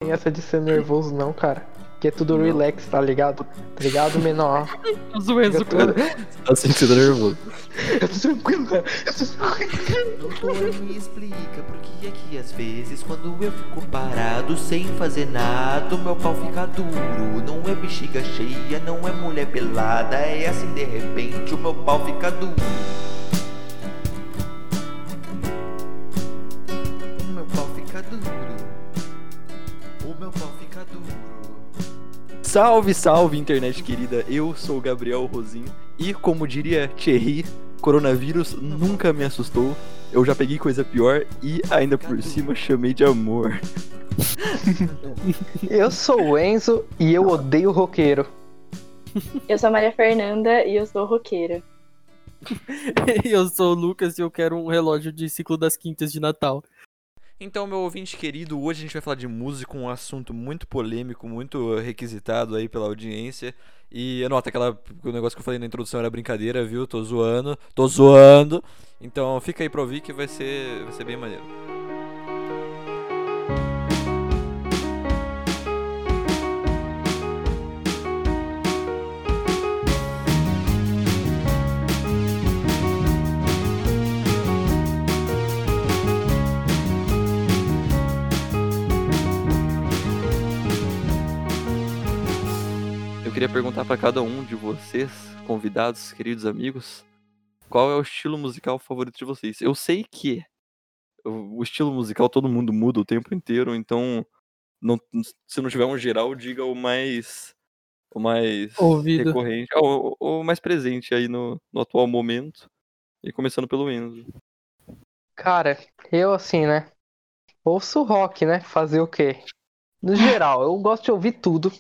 tem essa de ser nervoso não, cara. Que é tudo relax, tá ligado? Tá ligado, menor? Tô zoando, Tudo... Tá sentindo nervoso. Eu tô tranquilo, cara. Doutor, me explica por que é que às vezes quando eu fico parado sem fazer nada o meu pau fica duro. Não é bexiga cheia, não é mulher pelada, é assim de repente o meu pau fica duro. O meu pau fica duro. O meu pau fica duro. Salve, salve, internet querida. Eu sou o Gabriel Rosin e, como diria Thierry, coronavírus nunca me assustou. Eu já peguei coisa pior e ainda por cima chamei de amor. Eu sou o Enzo e eu odeio roqueiro. Eu sou a Maria Fernanda e eu sou roqueira. Eu sou o Lucas e eu quero um relógio de ciclo das quintas de Natal. Então, meu ouvinte querido, hoje a gente vai falar de música, um assunto muito polêmico, muito requisitado aí pela audiência. E nota, o negócio que eu falei na introdução era brincadeira, viu? Tô zoando. Então fica aí pra ouvir que vai ser bem maneiro. Eu queria perguntar pra cada um de vocês, convidados, queridos amigos, qual é o estilo musical favorito de vocês? Eu sei que o estilo musical todo mundo muda o tempo inteiro, então se não tiver um geral, diga o mais Ouvido. recorrente, o mais presente aí no atual momento. E começando pelo Enzo. Cara, eu assim, né? Ouço rock, né? Fazer o quê? No geral, eu gosto de ouvir tudo.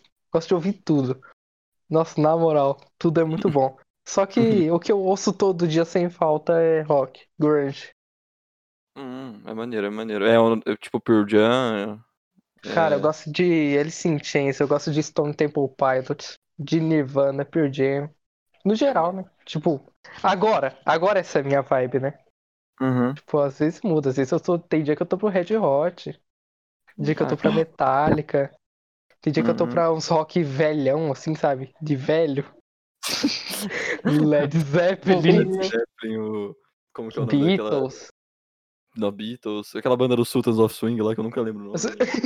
Nossa, na moral, tudo é muito bom. Só que o que eu ouço todo dia sem falta é rock, grunge. É maneiro. É tipo Pearl Jam. Cara, eu gosto de Alice in Chains, eu gosto de Stone Temple Pilots, de Nirvana, Pearl Jam. No geral, né? Tipo, agora essa é a minha vibe, né? Uhum. Tipo, às vezes muda, às vezes tem dia que eu tô pro Red Hot, dia que eu tô pra Metallica, tem dia que eu tô pra uns rock velhão, assim, sabe? De velho. Led Zeppelin, Como que é o nome daquela... Beatles. Da Beatles, aquela banda do Sultans of Swing lá que eu nunca lembro o nome.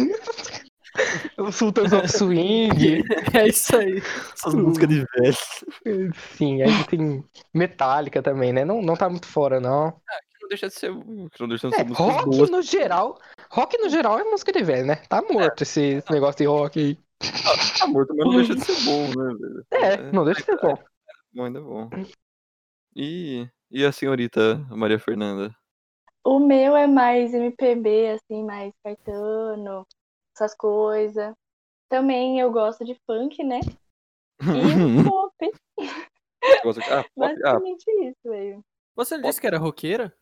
O Sultans of Swing. É isso aí. Essas músicas de velho. Sim, aí tem Metallica também, né? Não tá muito fora, não. Que não deixa de ser músicas Rock boas. rock no geral é música de velho, né? Tá morto esse negócio de rock aí. Tá morto, mas não deixa de ser bom, né, velho? Não deixa de ser bom. Ainda é bom. E a senhorita Maria Fernanda? O meu é mais MPB, assim, mais Caetano, essas coisas. Também eu gosto de funk, né? E pop. Pop? Basicamente isso, velho. Você não disse que era roqueira?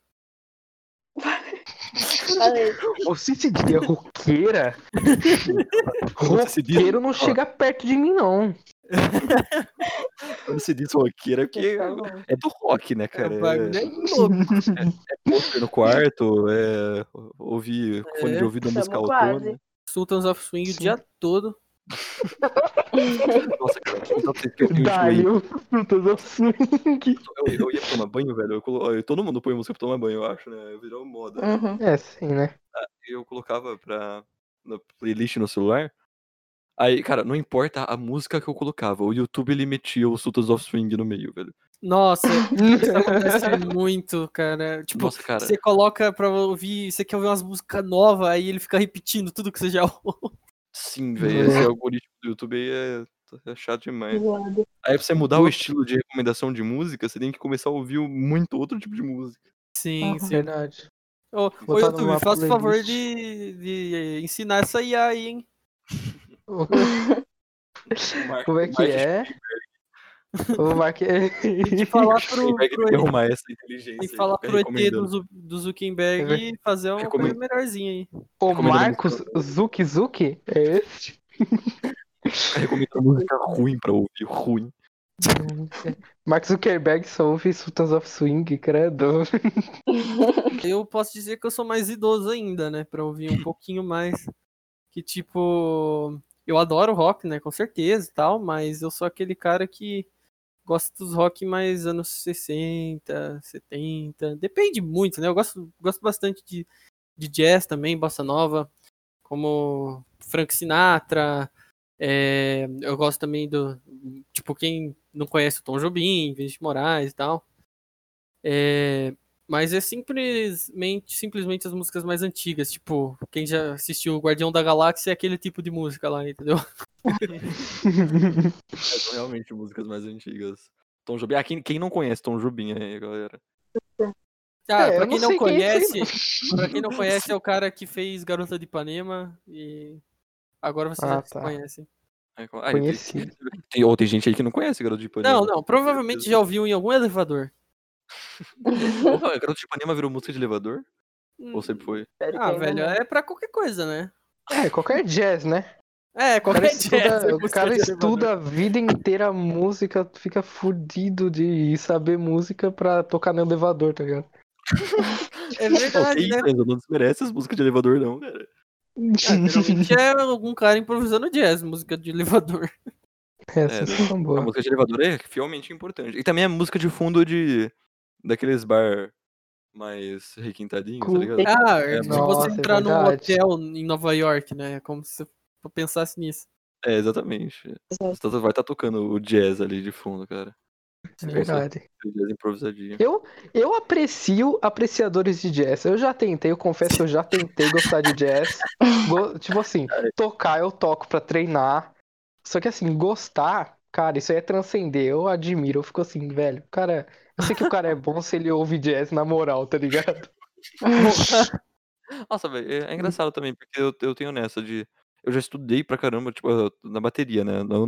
Falei. Você se diria roqueira? Você se diz- Roqueiro não chega perto de mim, não. Quando se diz roqueira, que Tá bom. é do rock, né, cara? O bagulho é louco. É pôster no quarto, ouvir fone de ouvido a música Tamo autona. quase. Sultans of Swing o dia todo. Nossa, cara, eu vou contar pra vocês que eu tenho Daí enjoei. o Frutas of Swing. Eu ia tomar banho, velho. Todo mundo põe música pra tomar banho, eu acho, né? Virou moda. Uhum. É, sim, né? Eu colocava na playlist no celular. Aí, cara, não importa a música que eu colocava, o YouTube ele metia o Sultans of Swing no meio, velho. Nossa, isso acontece muito, cara. Tipo, Nossa, cara. você coloca pra ouvir, você quer ouvir umas músicas novas, aí ele fica repetindo tudo que você já ouve. Sim, velho, esse algoritmo do YouTube aí é chato demais. Zoado. Aí pra você mudar o estilo de recomendação de música, você tem que começar a ouvir muito outro tipo de música. Sim, Uhum. sim. Verdade. Ô, Botar YouTube, numa faça o favor playlist. de ensinar essa IA aí, hein? Como é que é? O Mark... Tem que falar pro Tem que arrumar essa inteligência. tem que falar fica pro ET recomendando. do Zuckerberg e fazer uma coisa Recomendo. melhorzinha aí. O Recomendo Marcos Zuki é esse? Fica recomendando música ruim pra ouvir, ruim. Mark Zuckerberg só ouve Sultans of Swing, credo. Eu posso dizer que eu sou mais idoso ainda, né? Pra ouvir um pouquinho mais. que, tipo, eu adoro rock, né, com certeza e tal, mas eu sou aquele cara que gosta dos rock mais anos 60, 70, depende muito, né, eu gosto bastante de jazz também, bossa nova, como Frank Sinatra, eu gosto também do, tipo, quem não conhece o Tom Jobim, Vinícius de Moraes e tal, mas é simplesmente as músicas mais antigas, tipo, quem já assistiu o Guardião da Galáxia é aquele tipo de música lá, entendeu? São realmente músicas mais antigas. Tom Jobim. Ah, quem não conhece Tom Jobim aí, galera? Ah, eu pra não quem não sei quem é esse conhece, pra quem não conhece, é o cara que fez Garota de Ipanema e agora vocês já se tá. conhecem. Conhecido. Tem gente aí que não conhece Garoto de Ipanema. Não, provavelmente já ouviu em algum elevador. Porra, Garoto de Ipanema virou música de elevador? Ou sempre foi? Espero que Ah, ainda velho, não. é pra qualquer coisa, né? Qualquer jazz, né? É, O cara qualquer jazz é o música cara de elevador. estuda a vida inteira a música, fica fudido de saber música pra tocar no elevador, tá ligado? É Pô, verdade, que né? isso, Enzo? Não desmerece as músicas de elevador, não, cara. Geralmente é algum cara improvisando jazz, música de elevador. Essas são A boas. música de elevador é fielmente importante. E também é música de fundo daqueles bar mais requintadinhos, tá ligado? Ah, É, se Nossa, você é entrar num verdade. hotel em Nova York, né? É como se eu pensasse nisso. exatamente. Você vai estar tocando o jazz ali de fundo, cara. É verdade. Jazz improvisadinho. Eu aprecio apreciadores de jazz. Eu já tentei, eu confesso que eu já tentei gostar de jazz. Tipo assim, tocar eu toco pra treinar. Só que assim, gostar, cara, isso aí é transcender. Eu admiro, eu fico assim, velho, cara. Eu sei que o cara é bom se ele ouve jazz na moral, tá ligado? Nossa, velho, é engraçado também, porque eu tenho nessa de. Eu já estudei pra caramba, tipo, na bateria, né? Não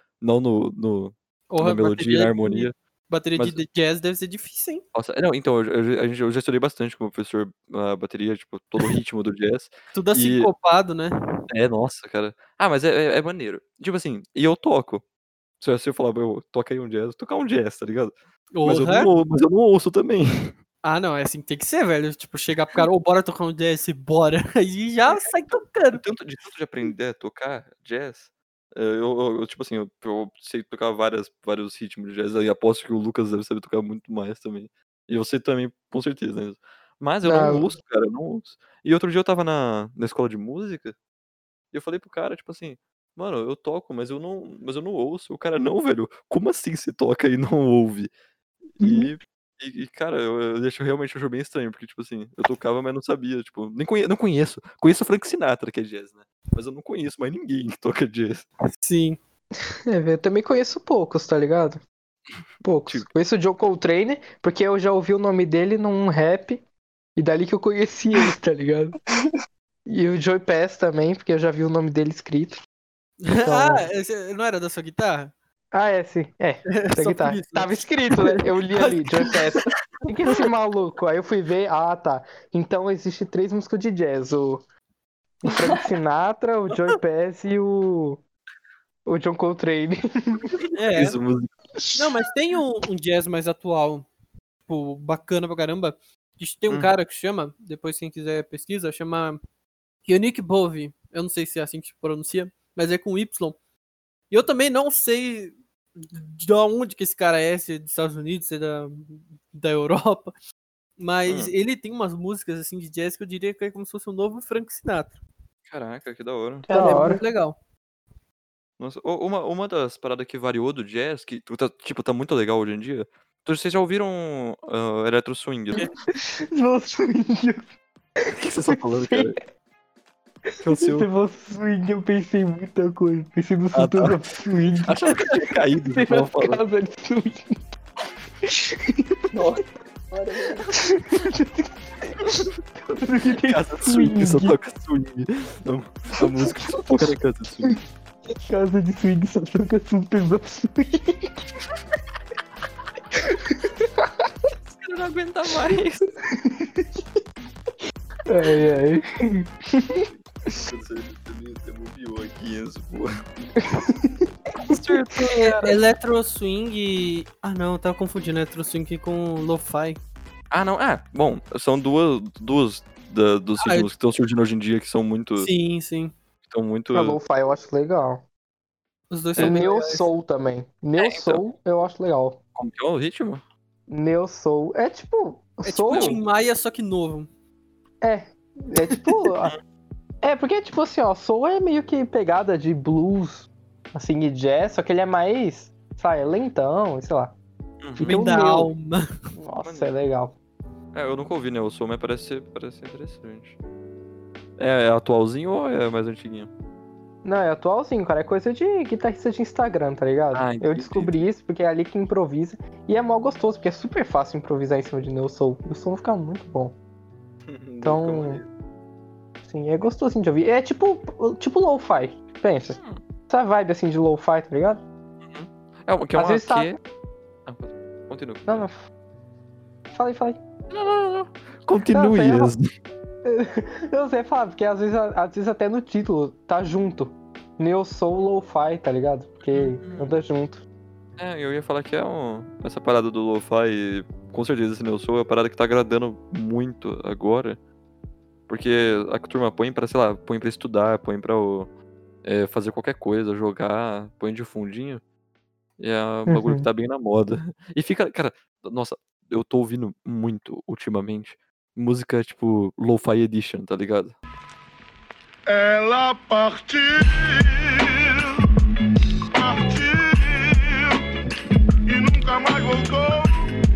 Porra, na melodia e na harmonia. bateria Mas- de jazz deve ser difícil, hein? Nossa, não, então, eu já estudei bastante como professor a bateria, tipo, todo o ritmo do jazz. Tudo assim E. copado, né? Nossa, cara. Ah, mas é maneiro. Tipo assim, e eu toco. Se eu falar, eu toco aí um jazz, eu vou tocar um jazz, tá ligado? Mas eu Porra. não ouço também. Ah, não, é assim que tem que ser, velho. Tipo, chegar pro cara, bora tocar um jazz, bora. Aí já sai tocando. De tanto de aprender a tocar jazz, eu, tipo assim, eu sei tocar vários ritmos de jazz, e aposto que o Lucas deve saber tocar muito mais também. E você também, com certeza, né? Mas eu não Não. ouço, cara, eu não ouço. E outro dia eu tava na escola de música, e eu falei pro cara, tipo assim, mano, eu toco, mas eu não ouço. O cara, não, velho, como assim você toca e não ouve? Cara, eu realmente achou bem estranho, porque, tipo assim, eu tocava, mas não sabia, tipo, não conheço. Conheço o Frank Sinatra, que é jazz, né? Mas eu não conheço mais ninguém que toca jazz. Sim. Eu também conheço poucos, tá ligado? Poucos. Tipo. Conheço o Joe Coltrane, porque eu já ouvi o nome dele num rap, e dali que eu conheci ele, tá ligado? E o Joey Pass também, porque eu já vi o nome dele escrito. Ah, esse não era da sua guitarra? Sim. Essa Só por guitarra. isso, né? Tava escrito, né? Eu li ali, Joey Pass. O que é esse maluco? Aí eu fui ver, tá. Então existe 3 músicos de jazz. O Frank Sinatra, o Joey Pass e o John Coltrane. Isso, música. Não, mas tem um jazz mais atual, tipo, bacana pra caramba. Tem um cara que chama, depois quem quiser pesquisa, chama Yannick Bove. Eu não sei se é assim que se pronuncia, mas é com Y. E eu também não sei de onde que esse cara é, se é dos Estados Unidos, se é da Europa. Mas ele tem umas músicas assim de jazz que eu diria que é como se fosse um novo Frank Sinatra. Caraca, que da hora. Da É hora. muito legal. Nossa, uma das paradas que variou do jazz, que tá muito legal hoje em dia. Vocês já ouviram Electro Swing? Nossa, O que vocês estão falando, cara? Que é o seu. você falou swing, eu pensei em muita coisa. Pensei no Tá. Sultans of Swing. Achava que tinha caído, você Tem tava na falando. casa de swing. Nossa, Casa de swing, só toca swing. Não, a música só toca na casa de swing. Casa de swing só toca Sultans of Swing. Eu não aguento mais. Ai. Você me moviou aqui, Enzo, pô. Electro Swing. Ah, não, eu tava confundindo Electro Swing com Lo-Fi. Ah, não. Bom, são duas dos ritmos que estão surgindo hoje em dia que são muito. Sim. estão muito. A lo-fi eu acho legal. Os dois E são bem Neo legais. Soul também. Neo então. Soul eu acho legal. Como que é o ritmo? Neo Soul. É tipo. É tipo Soul. o Tim Maia, só que novo. É tipo. Porque, tipo assim, ó, Soul é meio que pegada de blues, assim, e jazz, só que ele é mais, sabe, lentão, sei lá. E tem Bem o da Neo. alma. Nossa, é legal. Eu nunca ouvi, né? O som, mas parece ser interessante. É atualzinho ou é mais antiguinho? Não, é atualzinho, cara. É coisa de guitarrista de Instagram, tá ligado? Ah, Eu entendi. descobri isso porque é ali que improvisa. E é mó gostoso, porque é super fácil improvisar em cima de Neo Soul. O som fica muito bom. Então, sim, é gostosinho de ouvir. É tipo lo-fi, pensa. Essa vibe assim de lo-fi, tá ligado? Que é Às uma vezes tá- que... Continua. Não. Fala aí. Não. Continue. Não, eu sei falar, porque às vezes até no título tá junto. Neo Soul Lo-Fi, tá ligado? Porque anda junto. Eu ia falar que essa parada do lo-fi, com certeza esse Neo Soul é a parada que tá agradando muito agora. Porque a turma põe pra, sei lá, põe pra estudar, põe pra fazer qualquer coisa, jogar, põe de fundinho. E é um bagulho que tá bem na moda. E fica, cara, nossa, eu tô ouvindo muito ultimamente música tipo Lo-Fi Edition, tá ligado? Ela partiu e nunca mais voltou.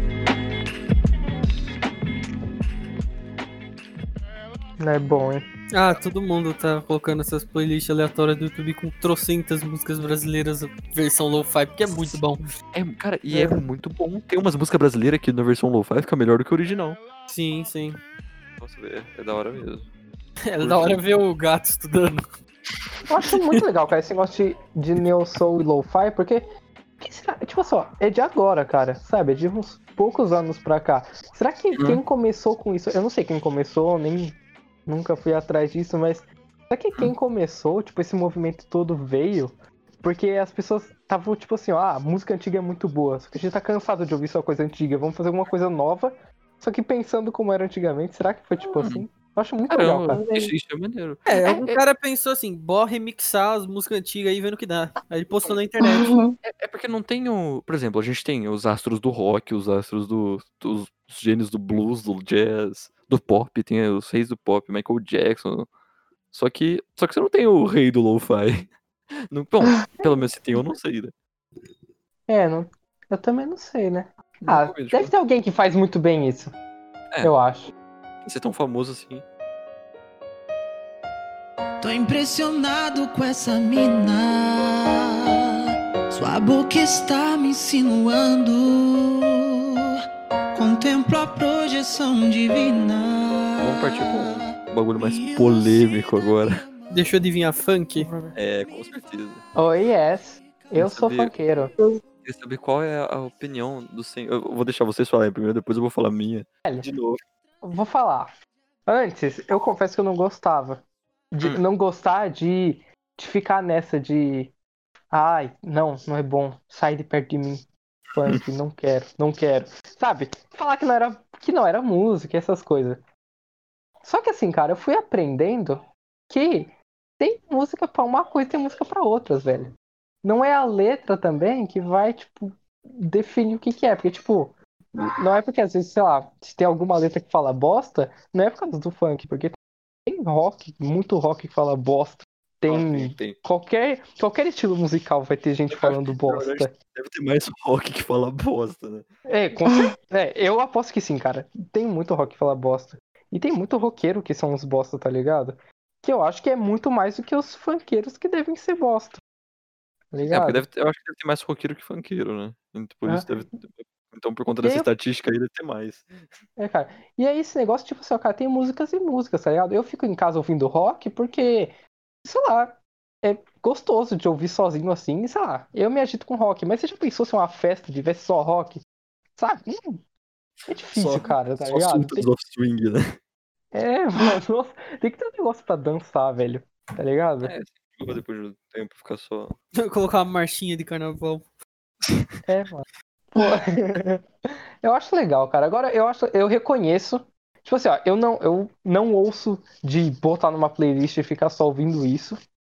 Não é bom, hein? Ah, todo mundo tá colocando essas playlists aleatórias do YouTube com trocentas músicas brasileiras versão lo-fi, porque é muito bom. Cara, e é muito bom. Tem umas músicas brasileiras que na versão Lo-Fi fica melhor do que o original. Sim. Nossa, é da hora mesmo. É da hora ver o gato estudando. Eu acho muito legal, cara, esse negócio de Neo Soul e Lo-Fi, porque será? Tipo assim, ó, é de agora, cara, sabe? É de uns poucos anos pra cá. Será que quem começou com isso? Eu não sei quem começou, nem nunca fui atrás disso, mas será que quem começou, tipo, esse movimento todo veio? Porque as pessoas estavam, tipo assim, ó, a música antiga é muito boa, só que a gente tá cansado de ouvir só coisa antiga, vamos fazer alguma coisa nova, só que pensando como era antigamente, será que foi tipo assim? Eu acho muito legal, cara. Isso é maneiro. Algum cara pensou assim, bora remixar as músicas antigas aí vendo o que dá. Aí ele postou na internet. É porque não tem por exemplo, a gente tem os astros do rock, os astros dos gênios do blues, do jazz, do pop, tem os reis do pop, Michael Jackson. Só que você não tem o rei do lo-fi. Bom, pelo menos se tem, eu não sei, né? Eu também não sei, né? Não conheço, Deve ter alguém que faz muito bem isso. Eu acho. Ser tão famoso assim. Tô impressionado com essa mina. Sua boca está me insinuando. Contemplo a projeção divina. Vamos partir com um bagulho mais polêmico agora. Deixa eu adivinhar funk? Com certeza. Oh, yes. Eu sou saber. funkeiro. Queria saber qual é a opinião do senhor. Eu vou deixar vocês falarem primeiro, depois eu vou falar a minha. De novo. Vou falar. Antes, eu confesso que eu não gostava. Não gostar de ficar nessa de... Ai, não é bom. Sai de perto de mim. Funk, não quero. Sabe? Falar que não era música, essas coisas. Só que assim, cara, eu fui aprendendo que tem música pra uma coisa e tem música pra outras, velho. Não é a letra também que vai, tipo, definir o que é. Porque, tipo, não é porque às vezes, sei lá, se tem alguma letra que fala bosta, não é por causa do funk, porque tem rock, muito rock que fala bosta. Tem. Qualquer estilo musical vai ter gente falando bosta. Deve ter mais rock que fala bosta, né? Com certeza. Eu aposto que sim, cara. Tem muito rock que fala bosta. E tem muito roqueiro que são uns bosta, tá ligado? Que eu acho que é muito mais do que os funkeiros que devem ser bosta. Tá ligado? Porque eu acho que deve ter mais roqueiro que funkeiro, né? Por isso então, por conta dessa estatística aí, deve ter mais. Cara. E aí esse negócio, tipo assim, cara, tem músicas e músicas, tá ligado? Eu fico em casa ouvindo rock porque, sei lá, é gostoso de ouvir sozinho assim, sei lá, eu me agito com rock. Mas você já pensou se uma festa tivesse só rock? Sabe? É difícil, cara, tá ligado? Sultans of Swing, né? Mano, tem que ter um negócio pra dançar, velho, tá ligado? Depois do tempo ficar só... Colocar uma marchinha de carnaval. Mano. Pô, eu acho legal, cara. Agora, eu reconheço, tipo assim, ó, eu não ouço de botar numa playlist e ficar só ouvindo isso.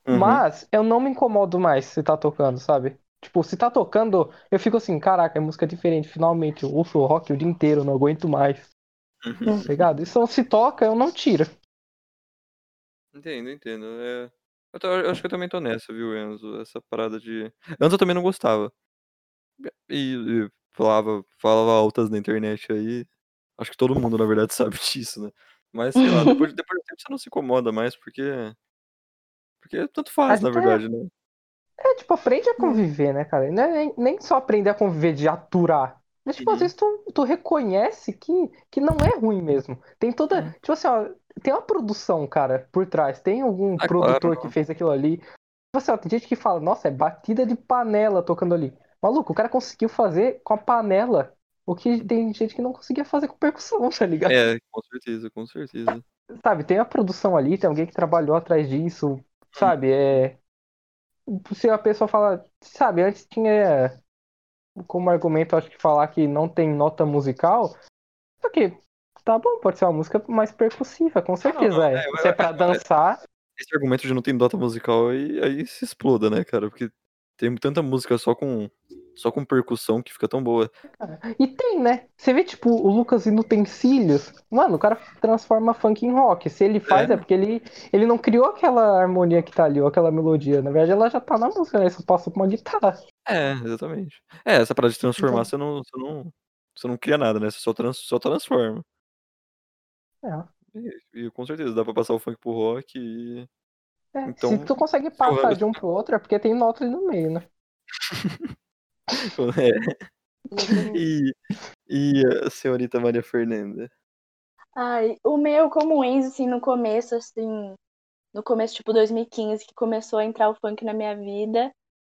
Uhum. Mas eu não me incomodo mais se tá tocando, sabe? Tipo, se tá tocando, eu fico assim, caraca, é música diferente, finalmente. Eu ouço rock o dia inteiro, não aguento mais, Uhum. tá ligado? Isso se toca, eu não tiro. Entendo. Eu acho que eu também tô nessa, viu, Enzo? Essa parada de. Antes eu também não gostava. E falava altas na internet aí. Acho que todo mundo, na verdade, sabe disso, né? Mas sei lá, depois do tempo você não se incomoda mais, porque tanto faz, Acho na que é, verdade, né? tipo, aprende a conviver, né, cara? Não é nem só aprender a conviver de aturar. Mas, tipo, às Uhum. vezes tu reconhece que não é ruim mesmo. Tem toda. É. Tipo assim, ó, tem uma produção, cara, por trás. Tem algum Ah, claro, produtor que não. fez aquilo ali. Tipo assim, ó, tem gente que fala, nossa, é batida de panela tocando ali. Maluco, o cara conseguiu fazer com a panela o que tem gente que não conseguia fazer com percussão, tá ligado? É, com certeza, com certeza. Sabe, tem a produção ali, tem alguém que trabalhou atrás disso, Uhum. sabe? Se a pessoa fala, sabe, antes tinha como argumento, acho que falar que não tem nota musical, porque tá bom, pode ser uma música mais percussiva, com Ah, não, não. certeza é. Se é pra dançar, Esse argumento de não ter nota musical aí se exploda, né, cara? Porque tem tanta música só com percussão que fica tão boa. e tem, né? Você vê, tipo, o Lucas Inutensílios, mano, o cara transforma funk em rock. Se ele faz, é É, porque ele não criou aquela harmonia que tá ali, ou aquela melodia. Na verdade, ela já tá na música, né? Só passa pra uma guitarra. exatamente. Essa parada de transformar, Então, você não cria nada, né? Você só transforma. é. E com certeza dá pra passar o funk pro rock e. Se Então, tu consegue seu passar de um raciocínio. pro outro, é porque tem nota ali no meio, né? É. Exatamente. E a senhorita Maria Fernanda? Ai, o meu, como o Enzo, assim, no começo, tipo, 2015, que começou a entrar o funk na minha vida,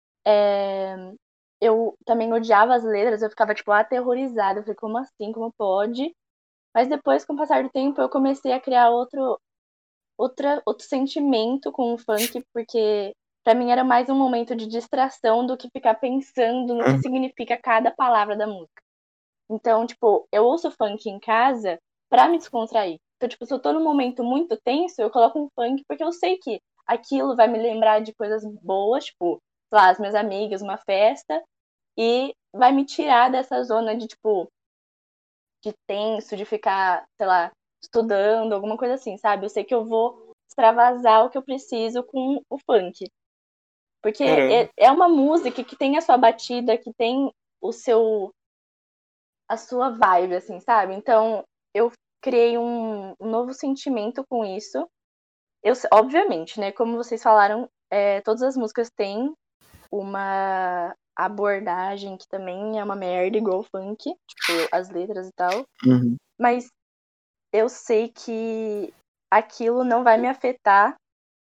eu também odiava as letras, eu ficava, tipo, aterrorizada. Eu falei, como assim? Como pode? Mas depois, com o passar do tempo, eu comecei a criar outro sentimento com o funk, porque pra mim era mais um momento de distração do que ficar pensando no que Uhum. significa cada palavra da música. Então, tipo, eu ouço funk em casa pra me descontrair. Então, tipo, se eu tô num momento muito tenso, eu coloco um funk porque eu sei que aquilo vai me lembrar de coisas boas, tipo, sei lá, as minhas amigas, uma festa, e vai me tirar dessa zona de, tipo, de tenso, de ficar, sei lá, estudando, alguma coisa assim, sabe? Eu sei que eu vou extravasar o que eu preciso com o funk. Porque Caramba. é uma música que tem a sua batida, que tem o seu a sua vibe, assim, sabe? Então, eu criei um novo sentimento com isso. Obviamente, né? Como vocês falaram, todas as músicas têm uma abordagem que também é uma merda, igual o funk, tipo, as letras e tal. Uhum. Mas eu sei que aquilo não vai me afetar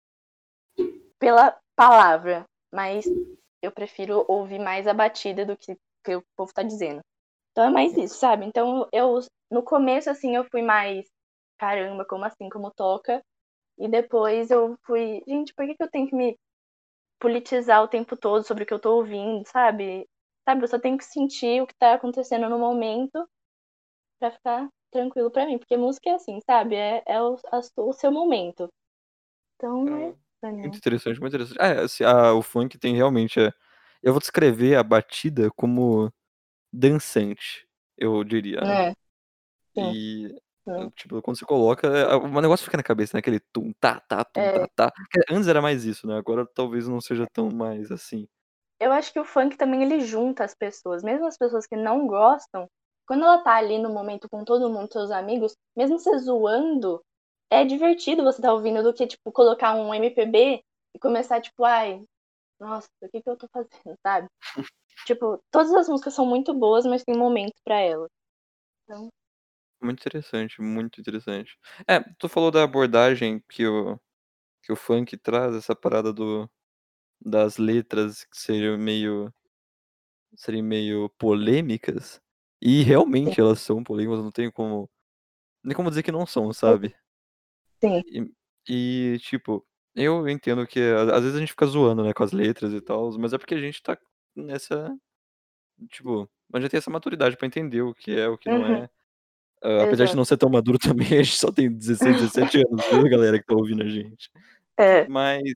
pela palavra, mas eu prefiro ouvir mais a batida do que o povo tá dizendo. Então é mais isso, sabe? Então no começo, assim, eu fui mais, caramba, como assim, como toca? E depois eu fui, gente, por que eu tenho que me politizar o tempo todo sobre o que eu tô ouvindo, sabe? Sabe, eu só tenho que sentir o que tá acontecendo no momento pra ficar tranquilo pra mim. Porque música é assim, sabe? É o seu momento. Então é Caramba. pra Muito mim. interessante, muito interessante. O funk tem realmente. Eu vou descrever a batida como dançante, eu diria, né? É, sim. E, Sim. tipo, quando você coloca, o negócio fica na cabeça, né? Aquele tum, tá, tum, É, tá. Antes era mais isso, né? Agora talvez não seja tão mais assim. eu acho que o funk também ele junta as pessoas, mesmo as pessoas que não gostam, quando ela tá ali no momento com todo mundo, seus amigos, mesmo você zoando, é divertido você tá ouvindo do que, tipo, colocar um MPB e começar, tipo, ai, nossa, o que eu tô fazendo, sabe? Tipo, todas as músicas são muito boas, mas tem momento pra elas. Então, Muito interessante, muito interessante. Tu falou da abordagem que o funk traz, essa parada das letras que serem meio polêmicas. E sim, realmente elas são polêmicas, não tem como. Nem como dizer que não são, sabe? sim. Tipo, eu entendo que às vezes a gente fica zoando, né, com as letras e tal, mas é porque a gente tá nessa. Tipo, a gente tem essa maturidade pra entender o que é, o que não Uhum, é. Apesar de exato. não ser tão maduro também, a gente só tem 16, 17 anos, viu, galera que tá ouvindo a gente. É, Mas,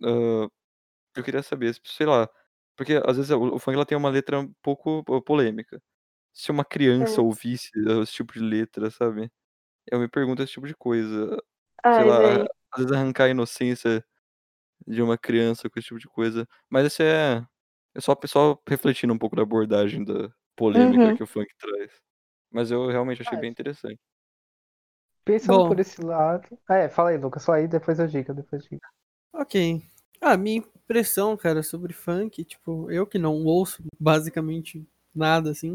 eu queria saber, sei lá, porque às vezes o funk ela tem uma letra um pouco polêmica. Se uma criança ouvisse esse tipo de letra, sabe? Eu me pergunto esse tipo de coisa. Sei Ai, lá, velho. às vezes arrancar a inocência de uma criança com esse tipo de coisa. Mas isso é só o pessoal refletindo um pouco da abordagem da polêmica Uhum. que o funk traz. Mas eu realmente achei bem Ah, interessante. pensando por Bom, esse lado. Fala aí, Lucas, só aí, depois eu digo. ok. A minha impressão, cara, sobre funk, tipo, eu que não ouço basicamente nada assim,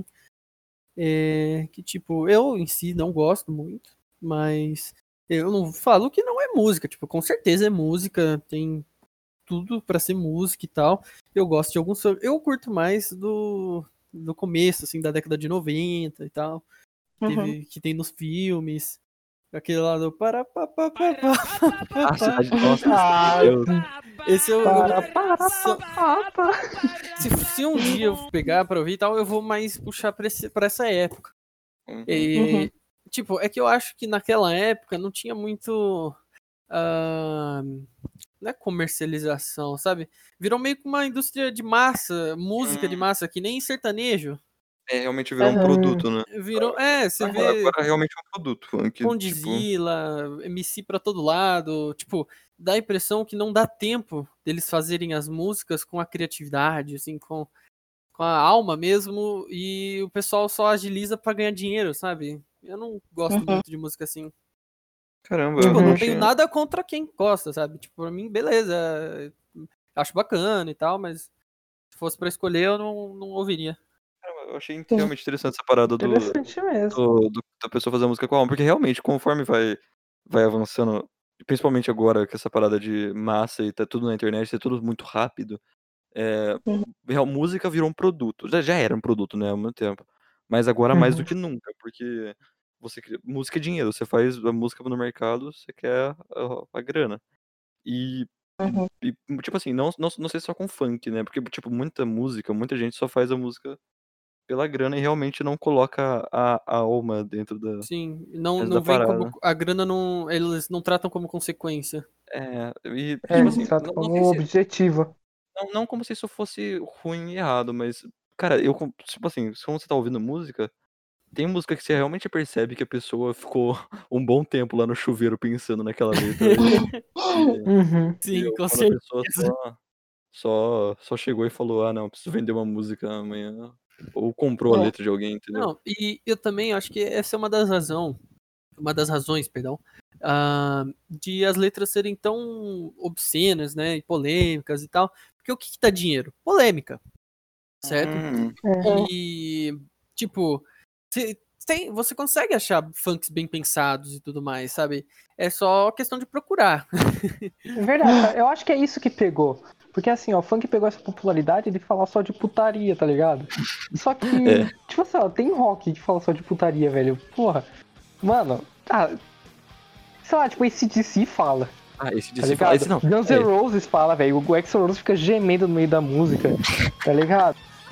é que, tipo, eu em si não gosto muito, mas eu não falo que não é música, tipo, com certeza é música, tem tudo pra ser música e tal. Eu gosto de alguns. Eu curto mais do começo, assim, da década de 90 e tal. Uhum. Que tem nos filmes. Aquele lá do para pa, pa, pa, pa, Ah, pa. nossa, Ah, eu, Esse eu para. se um dia eu pegar pra ouvir e tal, eu vou mais puxar pra essa época. uhum. E, tipo, é que eu acho que naquela época não tinha muito. Não é comercialização, sabe? Virou meio que uma indústria de massa, música de massa, que nem sertanejo. Realmente virou um Aham. produto, né? Virou. Você vê Agora realmente é um produto, funk, tipo. Condzilla, MC pra todo lado. Tipo, dá a impressão que não dá tempo deles fazerem as músicas com a criatividade, assim, com a alma mesmo, e o pessoal só agiliza pra ganhar dinheiro, sabe? Eu não gosto Uhum. muito de música assim. Caramba, Tipo, eu eu não não tenho tinha. nada contra quem gosta, sabe? Tipo, pra mim, beleza. Acho bacana e tal, mas se fosse pra escolher, eu não ouviria. Caramba, eu achei Sim. realmente interessante essa parada Interessante mesmo. da pessoa fazer a música com a alma, porque realmente, conforme vai avançando, principalmente agora com essa parada de massa e tá tudo na internet, é tudo muito rápido, Uhum. música virou um produto. Já era um produto, né, há muito tempo. Mas agora mais do Uhum. que nunca, porque música é dinheiro, você faz a música no mercado, você quer a grana. E, Uhum. e, tipo assim, não sei só com funk, né, porque, tipo, muita gente só faz a música pela grana e realmente não coloca a alma Sim, dentro da não vem como. parada. A grana não. Eles não tratam como consequência. E tipo Eles assim, tratam não sei como se objetivo. não como se isso fosse ruim e errado, mas, cara, tipo assim, quando você tá ouvindo música, tem música que você realmente percebe que a pessoa ficou um bom tempo lá no chuveiro pensando naquela letra Uhum. Sim, com quando a pessoa certeza. só chegou e falou: "Ah, não, preciso vender uma música amanhã", ou comprou a É. letra de alguém, entendeu? Não, e eu também acho que essa é uma das razões, perdão, de as letras serem tão obscenas, né, e polêmicas e tal. Porque o que dá dinheiro? Polêmica, certo? Hum, E, tipo, você consegue achar funks bem pensados e tudo mais, sabe? É só questão de procurar. É verdade, cara. Eu acho que é isso que pegou. Porque assim, ó, o funk pegou essa popularidade de falar só de putaria, tá ligado? Só que, é. tipo assim, ó, tem rock que fala só de putaria, velho. Porra, mano, sei lá, tipo, AC/DC fala, Ah, esse tá DC fala, ligado? esse não. Guns N' Roses fala, velho. O Axl Rose fica gemendo no meio da música, tá ligado?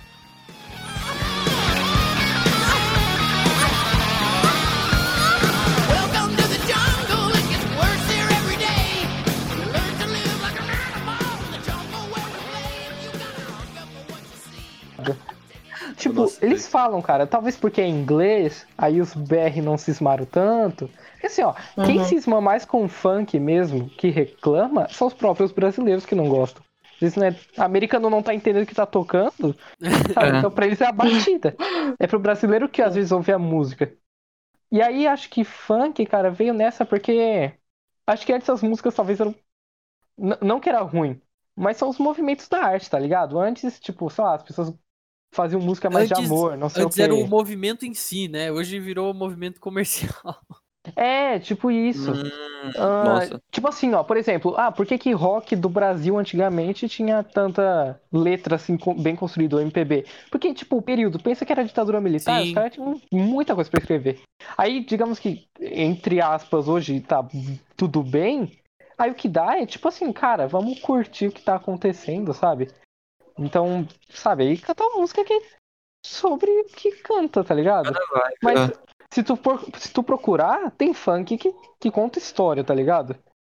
Welcome to the jungle, it gets worse here every day. You learn to live like an animal in the jungle where we play. You gotta look up for what you see. Tipo, Nossa, eles falam, cara, talvez porque é inglês, aí os BR não cismaram tanto. Porque assim, ó, quem Uhum. cisma mais com funk mesmo, que reclama, são os próprios brasileiros que não gostam. Às vezes, né, americano não tá entendendo o que tá tocando, sabe? Então pra eles é a batida. É pro brasileiro que às vezes ouve a música. E aí acho que funk, cara, veio nessa porque acho que antes as músicas talvez eram. Não que era ruim, mas são os movimentos da arte, tá ligado? Antes, tipo, sei lá, as pessoas faziam música mais de Antes, amor, não sei o antes era o quê. movimento em si, né? Hoje virou movimento comercial. É, tipo isso. nossa. Tipo assim, ó, por exemplo, por que que rock do Brasil antigamente tinha tanta letra assim bem construída, o MPB? Porque, tipo, o período, pensa que era ditadura militar, os Sim. caras tinham muita coisa pra escrever. Aí, digamos que, entre aspas, hoje tá tudo bem, aí o que dá é, tipo assim, cara, vamos curtir o que tá acontecendo, sabe? Então, sabe, aí cantar uma música que é sobre o que canta, tá ligado? Mas se tu procurar, tem funk que conta história, tá ligado?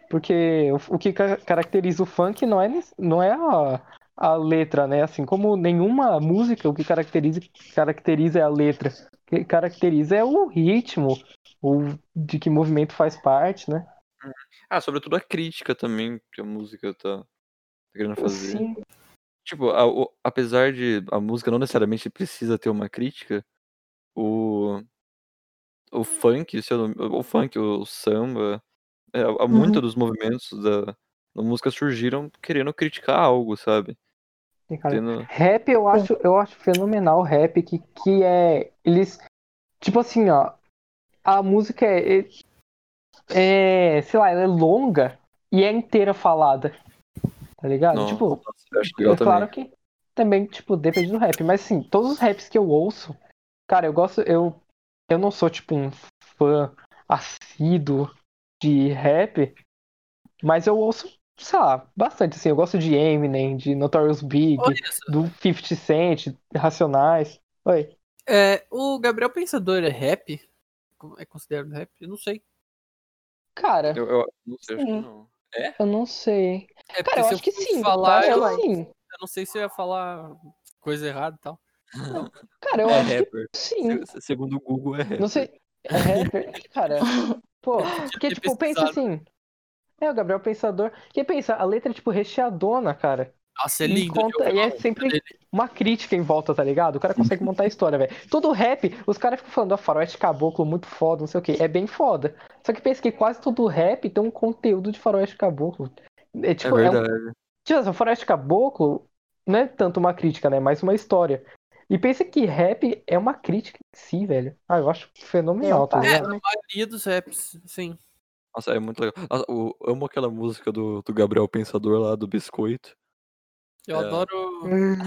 Porque o que caracteriza o funk não é a letra, né? Assim como nenhuma música, o que caracteriza é a letra. O que caracteriza é o ritmo, de que movimento faz parte, né? Sobretudo a crítica também que a música tá querendo fazer. Sim, Tipo, apesar de a música não necessariamente precisa ter uma crítica, o, o funk, o funk, o samba, muitos dos movimentos da música surgiram querendo criticar algo, sabe? sim, cara. Tendo... Rap eu acho fenomenal, rap, que é. Eles. Tipo assim, ó. A música sei lá, ela é longa e é inteira falada, tá ligado? Não, Tipo, nossa, eu acho legal é claro também. que também, tipo, depende do rap, mas assim, todos os raps que eu ouço, cara, eu não sou, tipo, um fã assíduo de rap, mas eu ouço, sei lá, bastante, assim, eu gosto de Eminem, de Notorious Big, Olha só. do 50 Cent, Racionais. Oi. O Gabriel Pensador é rap? É considerado rap? Eu não sei. Cara, Eu não sei, acho que Sim. não. É? eu não sei. É Cara, porque eu se eu acho que fosse sim. Eu falar, acho eu que sim. não sei se eu ia falar coisa errada e tal. Cara, eu É acho que rapper. sim. Segundo o Google, é Não rapper. sei. É rapper? Cara, pô, Podia porque, ter tipo, pensa pesquisado. assim. É o Gabriel Pensador. Que pensa, a letra é, tipo, recheadona, cara. Nossa, é E lindo. Eu já conta. ouvi E é uma música sempre dele. uma crítica em volta, tá ligado? O cara consegue montar a história, velho. Todo rap, os caras ficam falando, faroeste caboclo, muito foda, não sei o quê. É bem foda. Só que pensa que quase todo rap tem um conteúdo de faroeste caboclo. É É tipo, verdade. tipo assim, o faroeste caboclo não é tanto uma crítica, né? Mais uma história. E pensa que rap é uma crítica em si, velho. Ah, eu acho fenomenal, tá ligado? A maioria dos raps, sim. Nossa, é muito legal. Nossa, eu amo aquela música do Gabriel Pensador lá, do Biscoito. Eu É. adoro.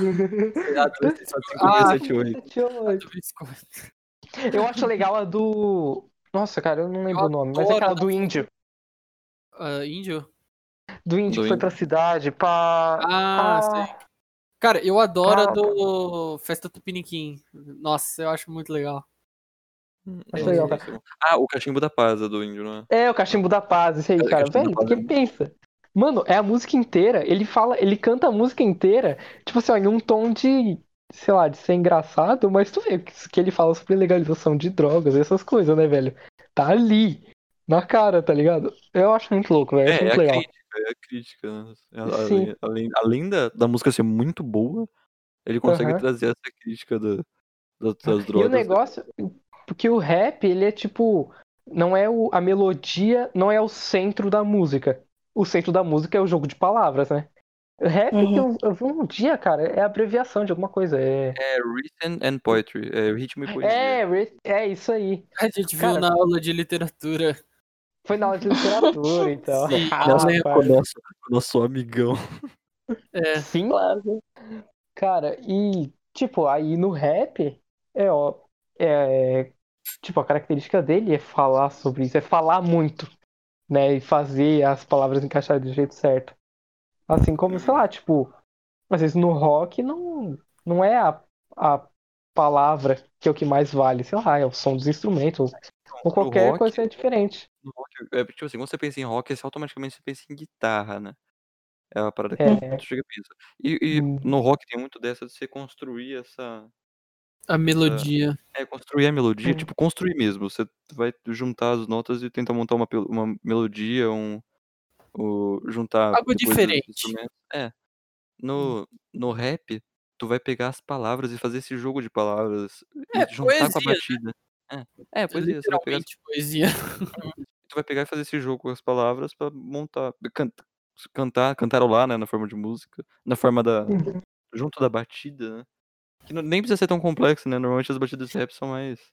Ah, 5, 6, 7, 8. do biscoito. Eu acho legal a do. Nossa, cara, eu não lembro o nome, mas é adoro aquela do índio. Índio? Do índio Do que foi índio. pra cidade pra. Sei. Ah, Cara, eu adoro a caraca, do Festa Tupiniquim. Nossa, eu acho muito legal. acho legal, cara. Esse é bom. O Cachimbo da Paz é do índio, não é? É, o Cachimbo da Paz, isso aí, O cara. Cachimbo da Velho, Paz porque é muito... pensa. Mano, é a música inteira. Ele canta a música inteira, tipo assim, ó, em um tom de, sei lá, de ser engraçado, mas tu vê que ele fala sobre legalização de drogas, essas coisas, né, velho? Tá ali, na cara, tá ligado? Eu acho muito louco, velho. Eu acho É muito a legal. crítica, é a crítica, né? Sim, Além da música ser muito boa, ele consegue aham. trazer essa crítica das E o drogas. negócio, porque o rap, ele é tipo, não é a melodia, não é o centro da música. O centro da música é o jogo de palavras, né? Rap que eu vi um dia, cara, é abreviação de alguma coisa. É Written and Poetry, é ritmo e poesia. É isso aí. A gente viu Cara, na aula de literatura. foi na aula de literatura, então. Sim, eu Nossa, lembro. com o Rapaz. nosso amigão. É, Sim, Claro. cara, e tipo, aí no rap, ó, tipo, a característica dele é falar sobre isso, é falar muito, né? E fazer as palavras encaixarem do jeito certo. Assim como, sei lá, tipo, às vezes no rock não é a palavra que é o que mais vale, sei lá, é o som dos instrumentos, ou No qualquer rock, coisa é diferente. tipo assim, quando você pensa em rock, automaticamente você pensa em guitarra, né? É a parada que tu É, chega e pensa. E no rock tem muito dessa de você construir a essa. melodia. Construir a melodia, hum, tipo, construir mesmo. Você vai juntar as notas e tentar montar uma melodia, juntar Algo depois os diferente. instrumentos. No rap, tu vai pegar as palavras e fazer esse jogo de palavras e juntar com a Poesia, batida. né? Poesia. Você vai pegar, Literalmente poesia. tu vai pegar e fazer esse jogo com as palavras pra montar, cantarolar, né, na forma de música, na forma uhum. junto da batida, né? Que nem precisa ser tão complexo, né? Normalmente as batidas de rap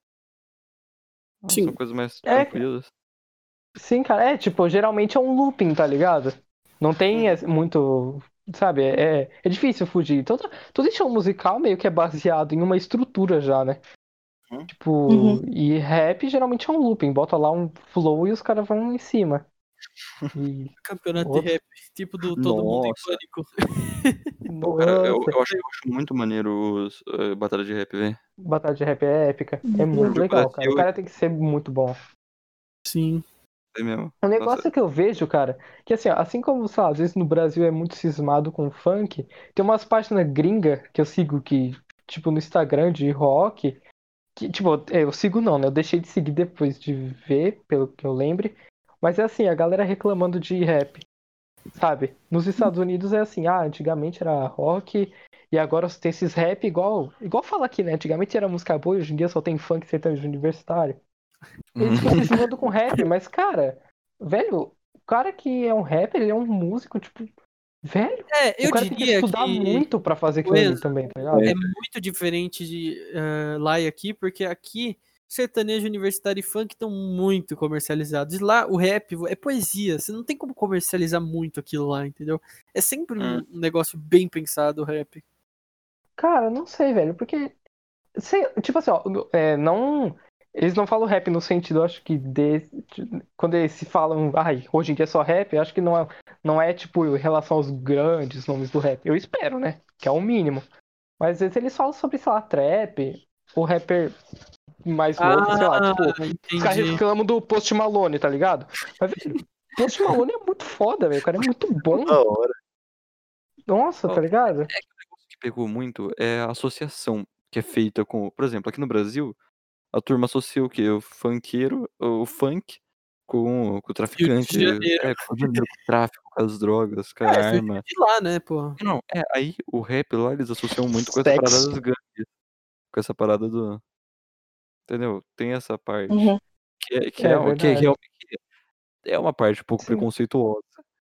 são Sim. coisas mais É, tranquilas. sim, cara, tipo, geralmente é um looping, tá ligado? Não tem muito, sabe, é difícil fugir. Todo estilo musical meio que é baseado em uma estrutura já, né? Tipo, e rap geralmente é um looping, bota lá um flow e os caras vão em cima. E Campeonato de outro, rap. Tipo do Todo Mundo em Nossa. Pânico. Pô, cara, nossa, eu acho muito maneiro os batalha de rap, velho. batalha de rap é épica, é Se um muito dia eu legal, pudesse, cara. O cara tem que ser muito bom. Sim. é mesmo. O Nossa, negócio que eu vejo, cara, que assim, ó, assim como, sei lá, às vezes no Brasil é muito cismado com funk, tem umas páginas gringa que eu sigo que, tipo, no Instagram de rock, que, tipo, eu sigo não, né? Eu deixei de seguir depois de ver, pelo que eu lembre. Mas é assim, a galera reclamando de rap, sabe? Nos Estados Unidos é assim, antigamente era rock e agora tem esses rap igual fala aqui, né? Antigamente era música boa e hoje em dia só tem funk sertanejo universitário. Eles ficam cismando com rap, mas, cara, velho, o cara que é um rapper, ele é um músico, tipo, velho. Eu O cara tem que diria estudar que muito pra fazer aquilo ali também, tá ligado? é muito diferente de lá e aqui, porque aqui sertanejo, universitário e funk estão muito comercializados. E lá o rap é poesia, você não tem como comercializar muito aquilo lá, entendeu? É sempre um negócio bem pensado o rap. Cara, não sei, velho, porque, tipo assim, ó, não. Eles não falam rap no sentido, eu acho que quando eles se falam, hoje em dia é só rap, eu acho que não é tipo em relação aos grandes nomes do rap. Eu espero, né? Que é o mínimo. Mas às vezes eles falam sobre, sei lá, trap, o rapper mais novo, sei lá, tipo, os caras Entendi. reclamam do Post Malone, tá ligado? Mas, velho, Post Malone é muito foda, velho. O cara é muito bom. da hora. Nossa, tá ligado? O que pegou muito é a associação que é feita com. Por exemplo, aqui no Brasil, a turma associa o quê? O funkeiro, o funk com o traficante. Rio de Janeiro. Com o dinheiro, com o tráfico, com as drogas, com a Foi arma. de lá, né, pô? Não, aí o rap lá eles associam muito com essa Sexo. parada das gangues. Com essa parada do. Entendeu? Tem essa parte. Uhum. Que verdade. realmente é uma parte um pouco Sim. preconceituosa.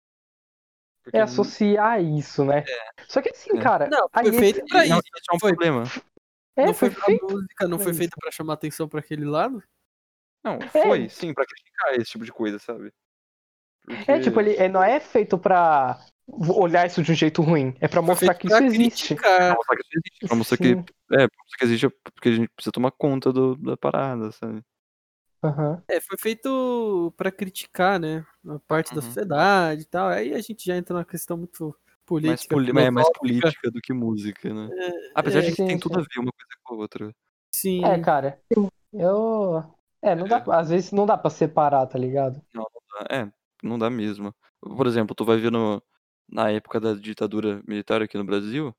Porque Associar isso, né? Só que assim, cara, Não, aí foi feito pra não, isso. isso é um Foi, problema. não foi foi pra feito. música, não pra foi isso. feita pra chamar atenção pra aquele lado? Não, foi, sim, pra criticar esse tipo de coisa, sabe? Porque. Tipo, ele não é feito pra olhar isso de um jeito ruim. É pra Foi mostrar feito que pra isso existe. criticar. Pra mostrar que isso existe, pra mostrar Sim. pra mostrar que existe, porque a gente precisa tomar conta da parada, sabe? Aham. Foi feito pra criticar, né? A parte da Uhum. sociedade e tal. Aí a gente já entra numa questão muito Mais, política, é mais filosófica. política do que música, né? Apesar de que sim, tem tudo a sim. ver uma coisa com a outra. Sim. Cara, eu. Não dá, às vezes não dá pra separar, tá ligado? Não dá. Não dá mesmo. Por exemplo, tu vai ver na época da ditadura militar aqui no Brasil,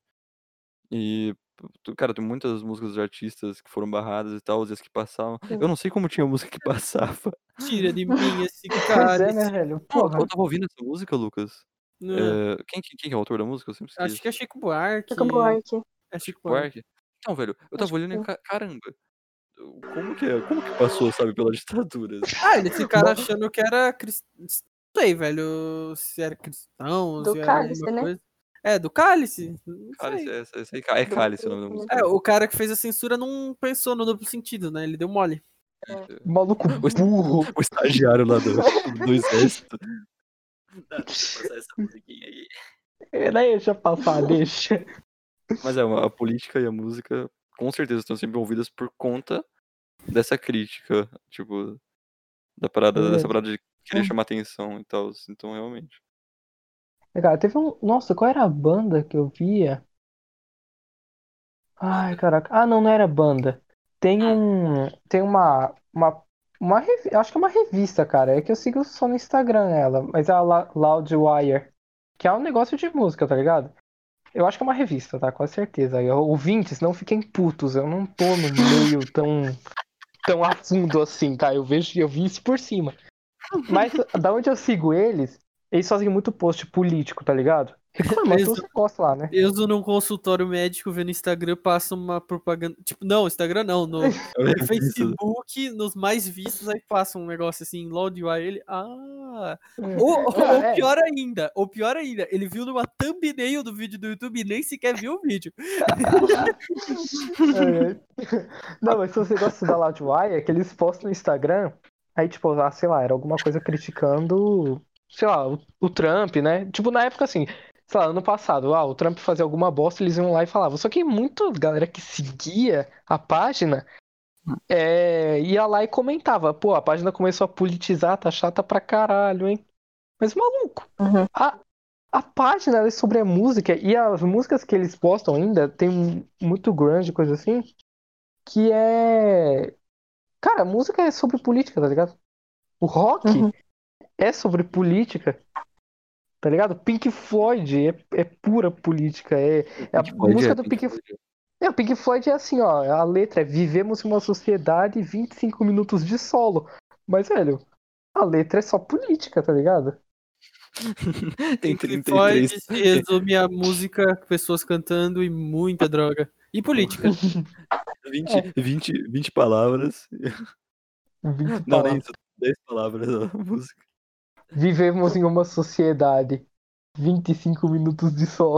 e, cara, tem muitas músicas de artistas que foram barradas e tal, e as que passavam. Eu não sei como tinha música que passava. Tira de mim esse Pois cálice. né, velho? Não, Porra. eu tava ouvindo essa música, Lucas. Né? Quem é o autor da música? Eu sempre esqueço. Acho que é Chico Buarque. Fica Buarque. É Chico Buarque. Buarque? Então, velho, eu tava Acho que olhando e sim. caramba. Como que passou, sabe, pela ditadura? Eles ficaram achando que era cristão. Não sei, velho, se era cristão, Do se era Cálice, alguma né? coisa. Do Cálice? Não Cálice, sei. esse aí, é Cálice o nome da música. O cara que fez a censura não pensou no duplo sentido, né? Ele deu mole. Maluco burro. O estagiário lá do exército. Deixa eu passar essa musiquinha aí. Deixa passar, deixa. Mas a política e a música com certeza estão sempre envolvidas por conta dessa crítica, tipo, dessa parada de querer chamar atenção e tal. Então, realmente. Cara, teve um. Nossa, qual era a banda que eu via? Ai, caraca. Não era banda. Tem um. Tem acho que é uma revista, cara. É que eu sigo só no Instagram ela, mas é a Loudwire. Que é um negócio de música, tá ligado? Eu acho que é uma revista, tá? Com certeza. Ouvintes, não fiquem putos. Eu não tô no meio tão a fundo assim, tá? Eu vi isso por cima. Mas da onde eu sigo eles fazem muito post político, tá ligado? Reclamando Mesmo. dos negócios lá, né? Eu uso num consultório médico, vendo Instagram, passa uma propaganda. Tipo, não, Instagram não, no Facebook, nos mais vistos, aí passa um negócio assim, Loudwire, ele. Ou pior ainda, ele viu numa thumbnail do vídeo do YouTube e nem sequer viu o vídeo. Não, mas se você gosta da Loudwire, é que eles postam no Instagram, aí tipo, sei lá, era alguma coisa criticando, sei lá, o Trump, né? Tipo, na época assim, sei lá, ano passado, o Trump fazia alguma bosta, eles iam lá e falavam. Só que muita galera que seguia a página ia lá e comentava. Pô, a página começou a politizar, tá chata pra caralho, hein? Mas, maluco, Uhum. a página ela é sobre a música e as músicas que eles postam ainda tem muito grunge, coisa assim, que é... Cara, a música é sobre política, tá ligado? O rock é sobre política, tá ligado? Pink Floyd é pura política, é a Pink Floyd música é do Pink Pink Floyd. O Pink Floyd é assim, ó, a letra é vivemos em uma sociedade 25 minutos de solo. Mas, velho, a letra é só política, tá ligado? Tem Pink Floyd 33. se resume a música, pessoas cantando e muita droga. E política. 20 palavras. 20 Não, nem palavras. isso. 10 palavras a música. Vivemos em uma sociedade 25 minutos de solo.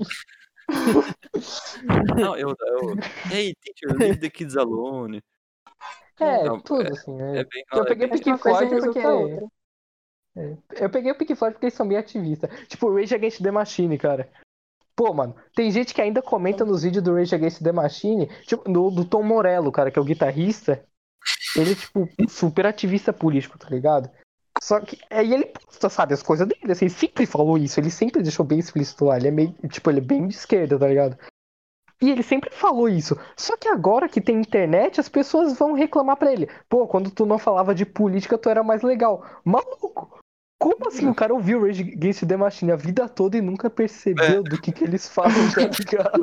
Não, Hey, teacher, leave the kids alone. Não, Tudo assim, é bem. Eu peguei o Acho que Pink uma coisa Floyd resulta porque. a outra. Eu peguei o Pink Floyd porque eles são bem ativistas. Tipo, Rage Against the Machine, cara. Pô, mano, tem gente que ainda comenta nos vídeos do Rage Against the Machine, tipo, do Tom Morello, cara, que é o guitarrista. Ele é, tipo, super ativista político, tá ligado? Só que aí ele posta, sabe, as coisas dele, assim, ele sempre falou isso, ele sempre deixou bem explícito lá, ele é meio, tipo, ele é bem de esquerda, tá ligado? E ele sempre falou isso. Só que agora que tem internet, as pessoas vão reclamar pra ele. Pô, quando tu não falava de política, tu era mais legal. Maluco! Como assim o cara ouviu Rage Against the Machine a vida toda e nunca percebeu do que eles falam, tá ligado?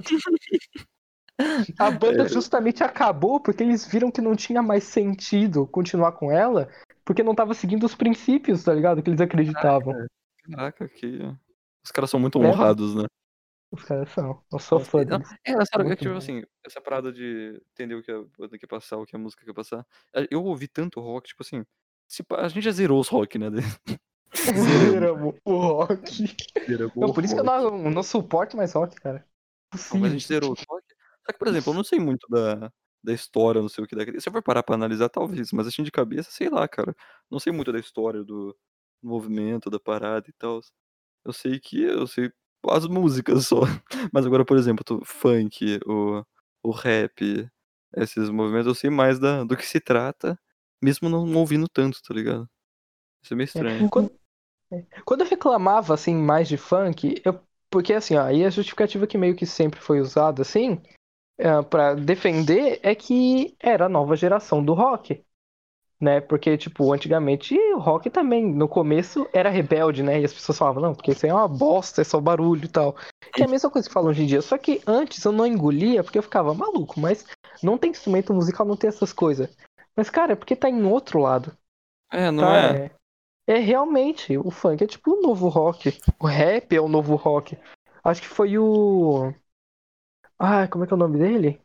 A banda justamente acabou porque eles viram que não tinha mais sentido continuar com ela, porque não tava seguindo os princípios, tá ligado? Que eles acreditavam. Caraca, que. Os caras são muito É. honrados, né? Os caras são. Eu sou fã Não, deles. sabe, Muito tipo bom. assim, essa parada de entender o que a banda quer passar, o que a música quer passar. Eu ouvi tanto rock, tipo assim. A gente já zerou os rock, né? Zeramos o rock. Zeramos Não, o por isso que eu rock. não suporto mais rock, cara. Mas a Possível. gente zerou os rock. Só que, por exemplo, eu não sei muito da história, não sei o que da. Se eu for parar pra analisar, talvez, mas assim de cabeça, sei lá, cara. Não sei muito da história do movimento, da parada e tal. Eu sei as músicas só. Mas agora, por exemplo, funk, o rap, esses movimentos, eu sei mais do que se trata, mesmo não ouvindo tanto, tá ligado? Isso é meio estranho. Quando eu reclamava, assim, mais de funk, porque, assim, ó, aí a justificativa que meio que sempre foi usada, assim, pra defender é que era a nova geração do rock, né? Porque, tipo, antigamente o rock também, no começo, era rebelde, né? E as pessoas falavam, não, porque isso aí é uma bosta, é só barulho e tal. Que é a mesma coisa que falam hoje em dia. Só que antes eu não engolia porque eu ficava maluco, mas não tem instrumento musical, não tem essas coisas. Mas, cara, é porque tá em outro lado, Não tá? é? É realmente, o funk é tipo o novo rock. O rap é o novo rock. Acho que foi o. Ai, como é que é o nome dele?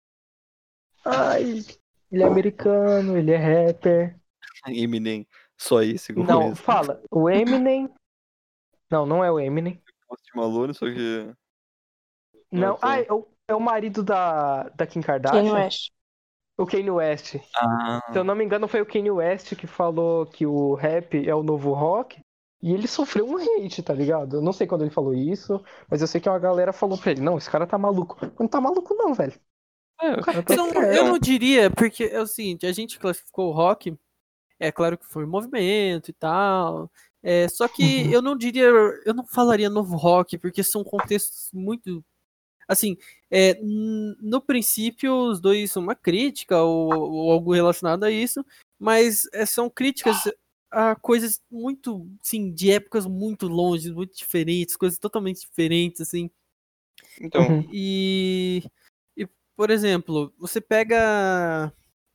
Ai, ele é americano, ele é rapper. Eminem, só esse que eu Não, conheço. fala. O Eminem. Não é o Eminem. Post Malone, só que. Não, então. é o marido da Kim Kanye Kardashian? West. O Kanye West. Ah, Se eu não me engano, foi o Kanye West que falou que o rap é o novo rock. E ele sofreu um hate, tá ligado? Eu não sei quando ele falou isso, mas eu sei que uma galera falou pra ele: não, esse cara tá maluco. Não tá maluco, não, velho. O cara tá Então, certo. eu não diria, porque é o seguinte, a gente classificou o rock, é claro que foi movimento e tal, só que eu não diria, eu não falaria novo rock, porque são contextos muito, assim, no princípio os dois são uma crítica ou algo relacionado a isso, mas são críticas a coisas muito, sim, de épocas muito longe, muito diferentes, coisas totalmente diferentes, assim. então. E por exemplo, você pega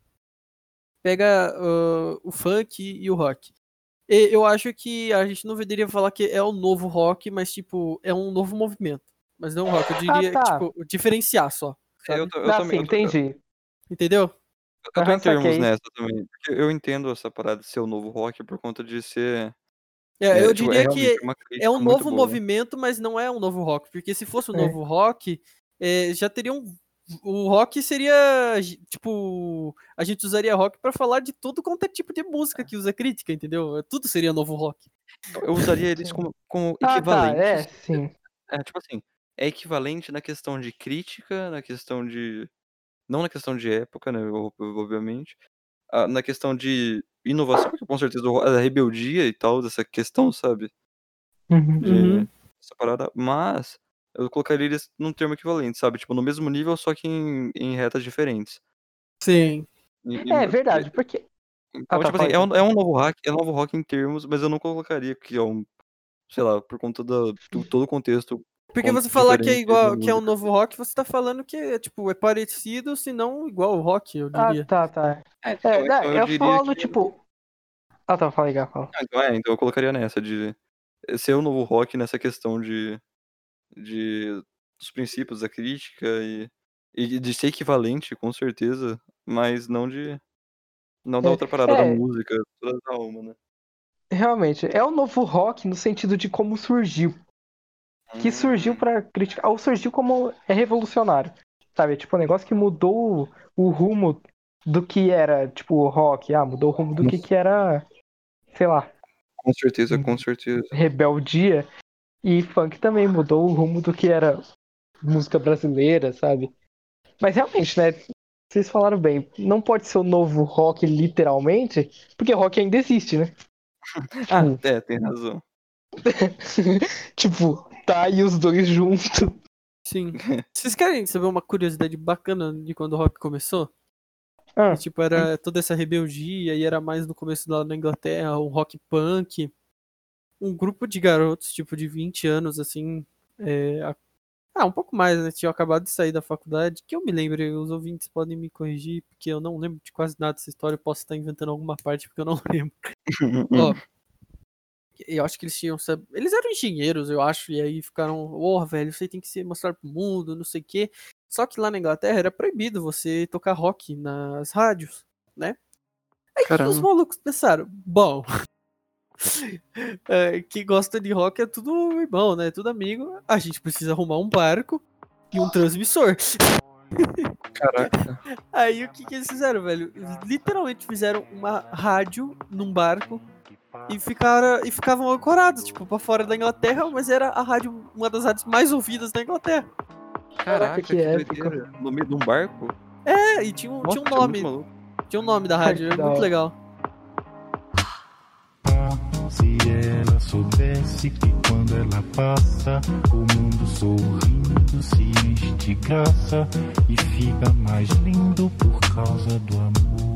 o funk e o rock. Eu acho que a gente não deveria falar que é o novo rock, mas tipo, é um novo movimento. Mas não rock, eu diria, tá. tipo, diferenciar só. Sabe? Eu Ah, também. sim, entendi. Entendeu? Eu tô Aham, em termos saquei. nessa também. Porque eu entendo essa parada de ser o novo rock por conta de ser. Eu Tipo, diria realmente que uma é um crítica muito novo boa. movimento, mas não é um novo rock. Porque se fosse um É. novo rock, já teria um. O rock seria, tipo, a gente usaria rock pra falar de todo quanto é tipo de música que usa crítica, entendeu? Tudo seria novo rock. Eu usaria eles como Ah, tá, equivalentes. sim. Tipo assim, é equivalente na questão de crítica, na questão de. Não na questão de época, né? Obviamente. Na questão de inovação, porque com certeza a rebeldia e tal, dessa questão, sabe? De essa parada. Mas eu colocaria eles num termo equivalente, sabe? Tipo, no mesmo nível, só que em retas diferentes. Sim. É verdade, porque Então, tá, tipo fala assim, aí. é um novo rock em termos, mas eu não colocaria que é um, sei lá, por conta do todo o contexto Porque você falar que é diferente da igual, que é um música. novo rock, você tá falando que tipo, é parecido, se não igual ao rock, eu Ah, diria. tá. Então eu Eu diria falo, que. tipo. Ah, tá, fala aí, Gá, fala. Então eu colocaria nessa, de ser o novo rock nessa questão dos princípios da crítica e de ser equivalente, com certeza, mas não da outra parada da É, música, toda da alma, né? realmente, é o novo rock no sentido de como surgiu. Que surgiu pra criticar, ou surgiu como é revolucionário. Sabe? Tipo, um negócio que mudou o rumo do que era, tipo, o rock. Ah, mudou o rumo do que era, sei lá, Com certeza, com certeza. rebeldia. E funk também mudou o rumo do que era música brasileira, sabe? Mas realmente, né? Vocês falaram bem, não pode ser o novo rock literalmente, porque rock ainda existe, né? Ah, tem razão. Tipo, tá aí os dois juntos. Sim. Vocês querem saber uma curiosidade bacana de quando o rock começou? Ah, E, tipo, era toda essa rebeldia e era mais no começo lá na Inglaterra, o rock punk. Um grupo de garotos, tipo, de 20 anos, assim, um pouco mais, né? Tinham acabado de sair da faculdade, que eu me lembro, os ouvintes podem me corrigir, porque eu não lembro de quase nada dessa história, eu posso estar inventando alguma parte porque eu não lembro. Ó, eu acho que eles tinham, eles eram engenheiros, eu acho, e aí ficaram, velho, você tem que se mostrar pro mundo, não sei o quê. Só que lá na Inglaterra era proibido você tocar rock nas rádios, né? Aí que os Caramba. malucos pensaram, bom, quem gosta de rock é tudo irmão, né? Tudo amigo. A gente precisa arrumar um barco e um transmissor. Caraca. Aí o que eles fizeram, velho? Eles literalmente fizeram uma rádio num barco e ficavam ancorados, tipo, pra fora da Inglaterra, mas era a rádio, uma das rádios mais ouvidas da Inglaterra. Caraca, que que épico. doideira. No meio de um barco? E tinha um Nossa, isso é muito nome. maluco. Tinha um nome da rádio, Que era da muito hora. legal. Se ela soubesse que quando ela passa, o mundo sorrindo se enche de graça e fica mais lindo por causa do amor.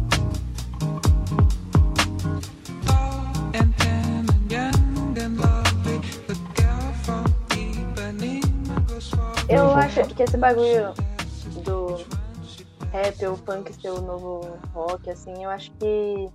Eu acho que esse bagulho do rap ou punk ser o novo rock, assim, eu acho que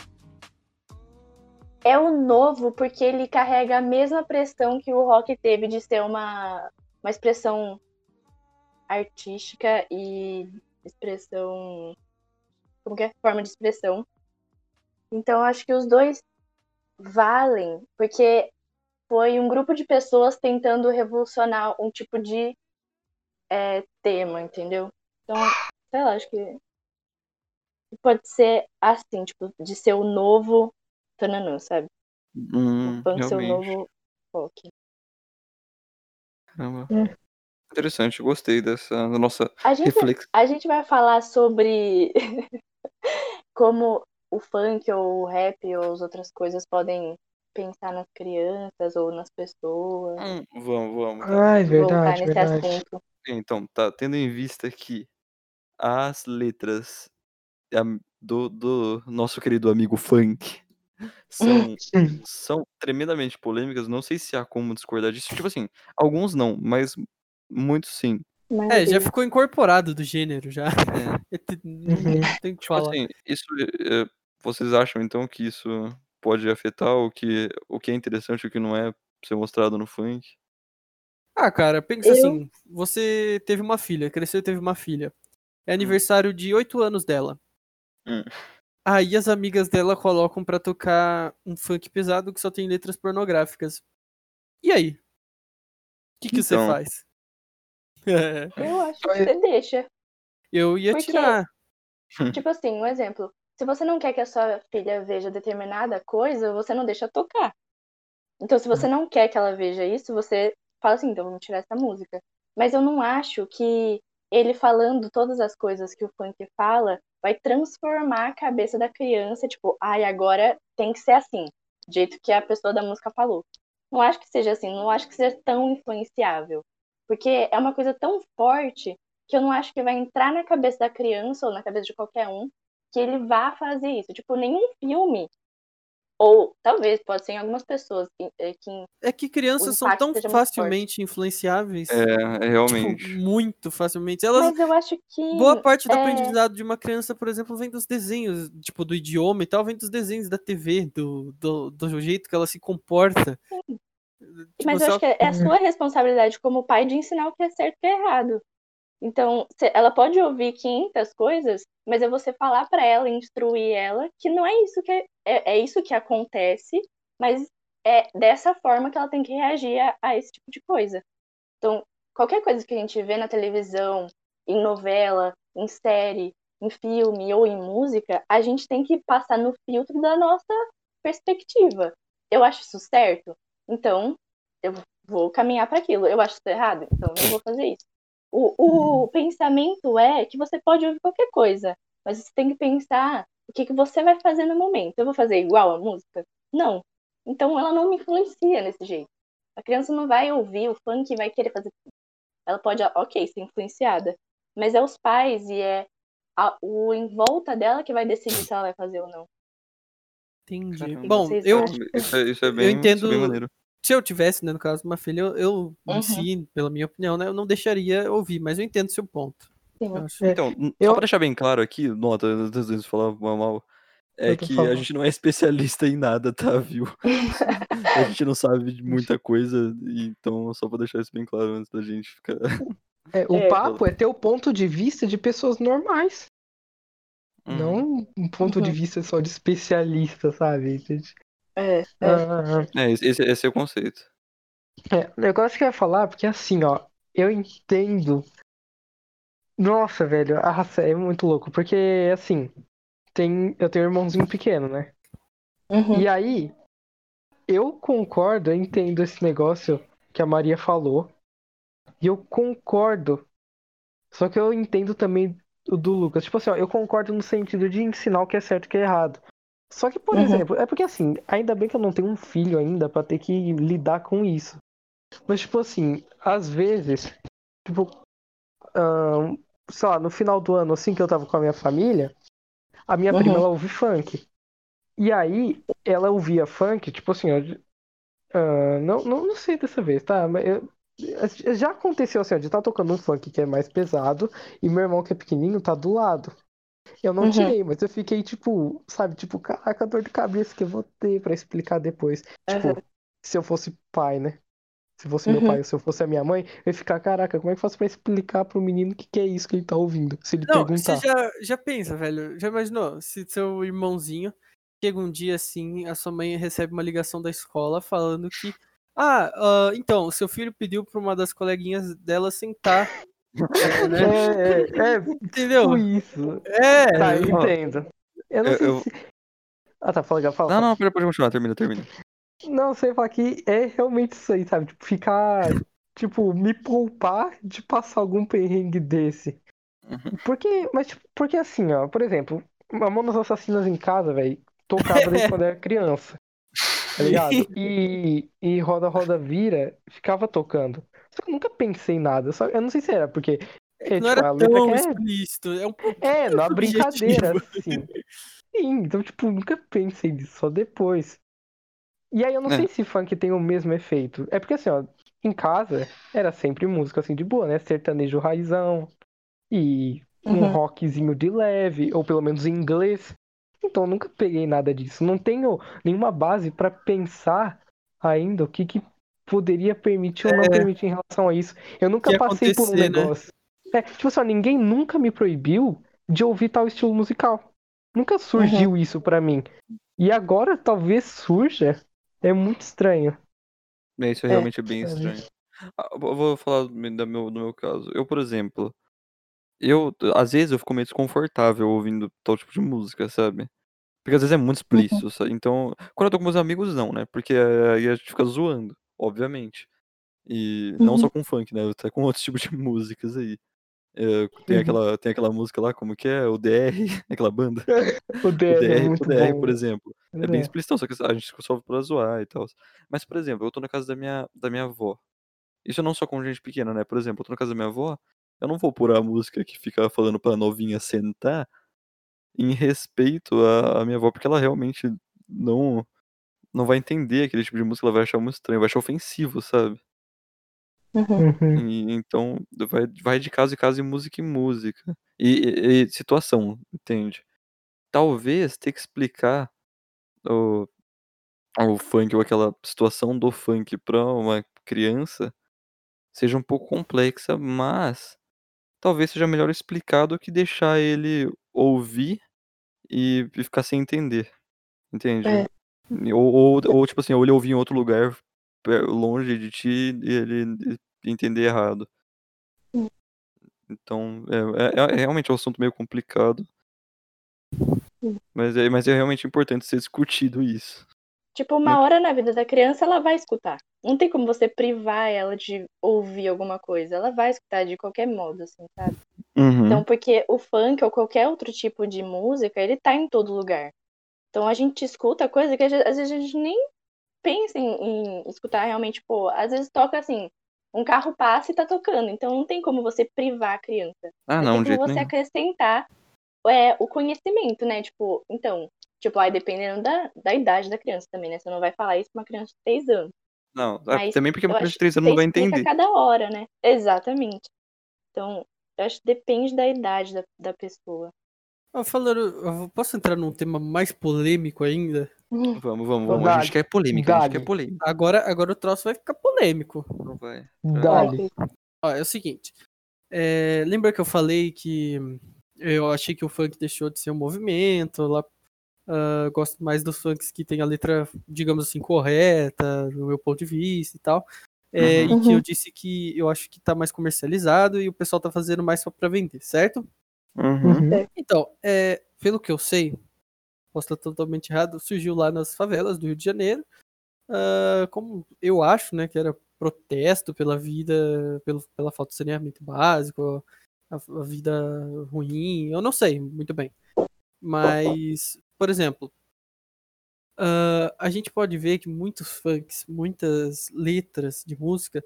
é o novo porque ele carrega a mesma pressão que o rock teve de ser uma expressão artística e expressão. Como que é? Forma de expressão. Então eu acho que os dois valem, porque foi um grupo de pessoas tentando revolucionar um tipo de tema, entendeu? Então, sei lá, acho que pode ser assim, tipo, de ser o novo Tananã, sabe? O punk ser o Realmente. novo rock. Caramba. Interessante, eu gostei dessa nossa A gente, reflexão. a gente vai falar sobre como o funk ou o rap ou as outras coisas podem pensar nas crianças ou nas pessoas. Vamos. Ah, é Voltar verdade, nesse verdade. assunto. Então, tá tendo em vista que as letras do nosso querido amigo funk são, são tremendamente polêmicas. Não sei se há como discordar disso. Tipo assim, alguns não, mas muitos sim. Já ficou incorporado do gênero, já. Não tem o que Tipo falar. assim, isso, vocês acham então que isso pode afetar o que é interessante e o que não é ser mostrado no funk? Cara, pensa Eu, assim, você teve uma filha, cresceu e teve uma filha. É aniversário de 8 anos dela. Hum. Aí as amigas dela colocam pra tocar um funk pesado que só tem letras pornográficas. E aí? O que você Então, faz? eu acho que você deixa. Eu ia Porque, tirar. tipo assim, um exemplo. Se você não quer que a sua filha veja determinada coisa, você não deixa tocar. Então, se você não quer que ela veja isso, você fala assim, então vamos tirar essa música. Mas eu não acho que ele falando todas as coisas que o funk fala vai transformar a cabeça da criança, tipo, ai, agora tem que ser assim, do jeito que a pessoa da música falou. Não acho que seja assim, não acho que seja tão influenciável. Porque é uma coisa tão forte que eu não acho que vai entrar na cabeça da criança ou na cabeça de qualquer um que ele vá fazer isso. Tipo, nenhum filme, ou talvez, pode ser em algumas pessoas, que É que o crianças são impacto tão seja muito forte. facilmente influenciáveis, É, tipo, realmente. muito facilmente. Elas, Mas eu acho que boa parte do é, aprendizado de uma criança, por exemplo, vem dos desenhos, tipo, do idioma e tal, vem dos desenhos da TV, do jeito que ela se comporta. Tipo, mas eu acho que é a sua responsabilidade como pai de ensinar o que é certo e o que é errado. Então, ela pode ouvir 500 coisas, mas é você falar pra ela, instruir ela, que não é isso que é isso que acontece, mas é dessa forma que ela tem que reagir a esse tipo de coisa. Então, qualquer coisa que a gente vê na televisão, em novela, em série, em filme ou em música, a gente tem que passar no filtro da nossa perspectiva. Eu acho isso certo? Então, eu vou caminhar para aquilo. Eu acho isso errado? Então, não vou fazer isso. O pensamento é que você pode ouvir qualquer coisa, mas você tem que pensar o que você vai fazer no momento. Eu vou fazer igual a música? Não. Então, ela não me influencia desse jeito. A criança não vai ouvir o funk e vai querer fazer. Ela pode, ok, ser influenciada, mas é os pais e é o em volta dela que vai decidir se ela vai fazer ou não. Entendi. Caramba. O que Bom, vocês eu, acham? Isso é eu bem entendo. maneiro. Se eu tivesse, né, no caso, uma filha, eu em Uhum. si, pela minha opinião, né, eu não deixaria ouvir, mas eu entendo seu ponto. Sim. Eu acho. Então, só Eu, pra deixar bem claro aqui, nota, às vezes falar mal, é eu tô que a falando. gente não é especialista em nada, tá, viu? A gente não sabe de muita coisa, então só pra deixar isso bem claro antes da gente ficar. O É. papo é ter o ponto de vista de pessoas normais, Uhum. não um ponto de Uhum. vista só de especialista, sabe? É. Esse é o conceito. O negócio que eu ia falar, porque assim, ó, eu entendo. Nossa, velho, a raça é muito louco, porque assim, eu tenho um irmãozinho pequeno, né? Uhum. E aí, eu concordo, eu entendo esse negócio que a Maria falou, e eu concordo. Só que eu entendo também o do Lucas. Tipo assim, ó, eu concordo no sentido de ensinar o que é certo e o que é errado. Só que, por Uhum. exemplo, é porque assim, ainda bem que eu não tenho um filho ainda pra ter que lidar com isso. Mas, tipo assim, às vezes, tipo, sei lá, no final do ano, assim que eu tava com a minha família, a minha prima, Uhum. ela ouve funk. E aí, ela ouvia funk, tipo assim, ó, não sei dessa vez, tá? Mas já aconteceu assim, ó, de estar tocando um funk que é mais pesado e meu irmão que é pequenininho tá do lado. Eu não Uhum. tirei, mas eu fiquei tipo, sabe, tipo, caraca, dor de cabeça que eu vou ter pra explicar depois. Uhum. Tipo, se eu fosse pai, né? Se fosse meu Uhum. pai ou se eu fosse a minha mãe, eu ia ficar, caraca, como é que eu faço pra explicar pro menino o que é isso que ele tá ouvindo? Se ele Não, você perguntar. já pensa, velho? Já imaginou? Se seu irmãozinho chega um dia assim, a sua mãe recebe uma ligação da escola falando que. Então, seu filho pediu pra uma das coleguinhas dela sentar. Né? Tipo Entendeu? isso. É. Tá, eu Ó, entendo. Eu não sei eu... se. Ah, tá, fala, fala, Não, fala. não, pode continuar, termina. Não, sei falar que é realmente isso aí, sabe? Tipo, ficar. Tipo, me poupar de passar algum perrengue desse. Uhum. Porque assim, ó, por exemplo, Mamonas Assassinas em casa, velho, tocava desde quando eu era criança, tá ligado? E Roda Roda Vira ficava tocando. Só que eu nunca pensei em nada. Eu não sei se era porque. É que não Tipo, era a letra que tão é. explícito, é um pouquinho Na brincadeira, subjetivo. assim. Sim, então, tipo, nunca pensei nisso, só depois. E aí eu não É. sei se funk tem o mesmo efeito. É porque assim, ó, em casa era sempre música assim de boa, né? Sertanejo raizão e um Uhum. rockzinho de leve, ou pelo menos em inglês. Então eu nunca peguei nada disso. Não tenho nenhuma base pra pensar ainda o que poderia permitir ou não permitir em relação a isso. Eu nunca Que ia passei por um acontecer, né? negócio. Tipo assim, ó, ninguém nunca me proibiu de ouvir tal estilo musical. Nunca surgiu isso pra mim. E agora talvez surja. É muito estranho. Isso É. realmente é bem estranho. Eu vou falar do meu caso. Eu, por exemplo, às vezes eu fico meio desconfortável ouvindo tal tipo de música, sabe? Porque às vezes é muito explícito, sabe? Então, quando eu tô com meus amigos, não, né? Porque aí a gente fica zoando, obviamente. E não só com funk, né? Até com outros tipos de músicas aí. Tem aquela música lá, como que é? O DR, aquela banda. O DR é O muito DR, por bom. exemplo. É bem explícito, só que a gente só ouve pra zoar e tal. Mas, por exemplo, eu tô na casa da minha avó. Isso não só com gente pequena, né? Por exemplo, eu tô na casa da minha avó, eu não vou pôr a música que fica falando pra novinha sentar em respeito à minha avó, porque ela realmente não vai entender aquele tipo de música, ela vai achar muito estranho, vai achar ofensivo, sabe? Uhum. E então vai de caso em música em música. E situação, entende? Talvez ter que explicar o, o funk ou aquela situação do funk pra uma criança seja um pouco complexa, mas talvez seja melhor explicar do que deixar ele ouvir e ficar sem entender, entende? É. Ou tipo assim, ou ele ouvir em outro lugar longe de ti e ele entender errado. Então, é realmente um assunto meio complicado, mas é realmente importante ser discutido isso. Tipo, uma hora na vida da criança, ela vai escutar. Não tem como você privar ela de ouvir alguma coisa. Ela vai escutar de qualquer modo, assim, sabe? Então, Uhum. porque o funk ou qualquer outro tipo de música, ele tá em todo lugar. Então, a gente escuta coisa que às vezes a gente nem pensa em escutar realmente. Pô, às vezes toca assim, um carro passa e tá tocando. Então, não tem como você privar a criança. Ah, Mas não, tem de como jeito você nenhum. acrescentar o conhecimento, né? Tipo, então, tipo, aí dependendo da idade da criança também, né? Você não vai falar isso pra uma criança de 6 anos. Não, Mas também porque uma eu criança acho de que 3 anos você não vai explica a entender. cada hora, né? Exatamente. Então, eu acho que depende da idade da pessoa. Posso entrar num tema mais polêmico ainda? Vamos. A gente quer polêmica, Dale. Agora o troço vai ficar polêmico. Não vai. Dale. Ó, é o seguinte. Lembra que eu falei que eu achei que o funk deixou de ser um movimento? Lá, gosto mais dos funks que tem a letra, digamos assim, correta, do meu ponto de vista e tal. E que eu disse que eu acho que tá mais comercializado e o pessoal tá fazendo mais só pra vender, certo? Uhum. Então, pelo que eu sei, posso estar totalmente errado, surgiu lá nas favelas do Rio de Janeiro, como eu acho, né, que era protesto pela vida, pela falta de saneamento básico, a vida ruim, eu não sei muito bem. Mas, por exemplo, a gente pode ver que muitos funks, muitas letras de música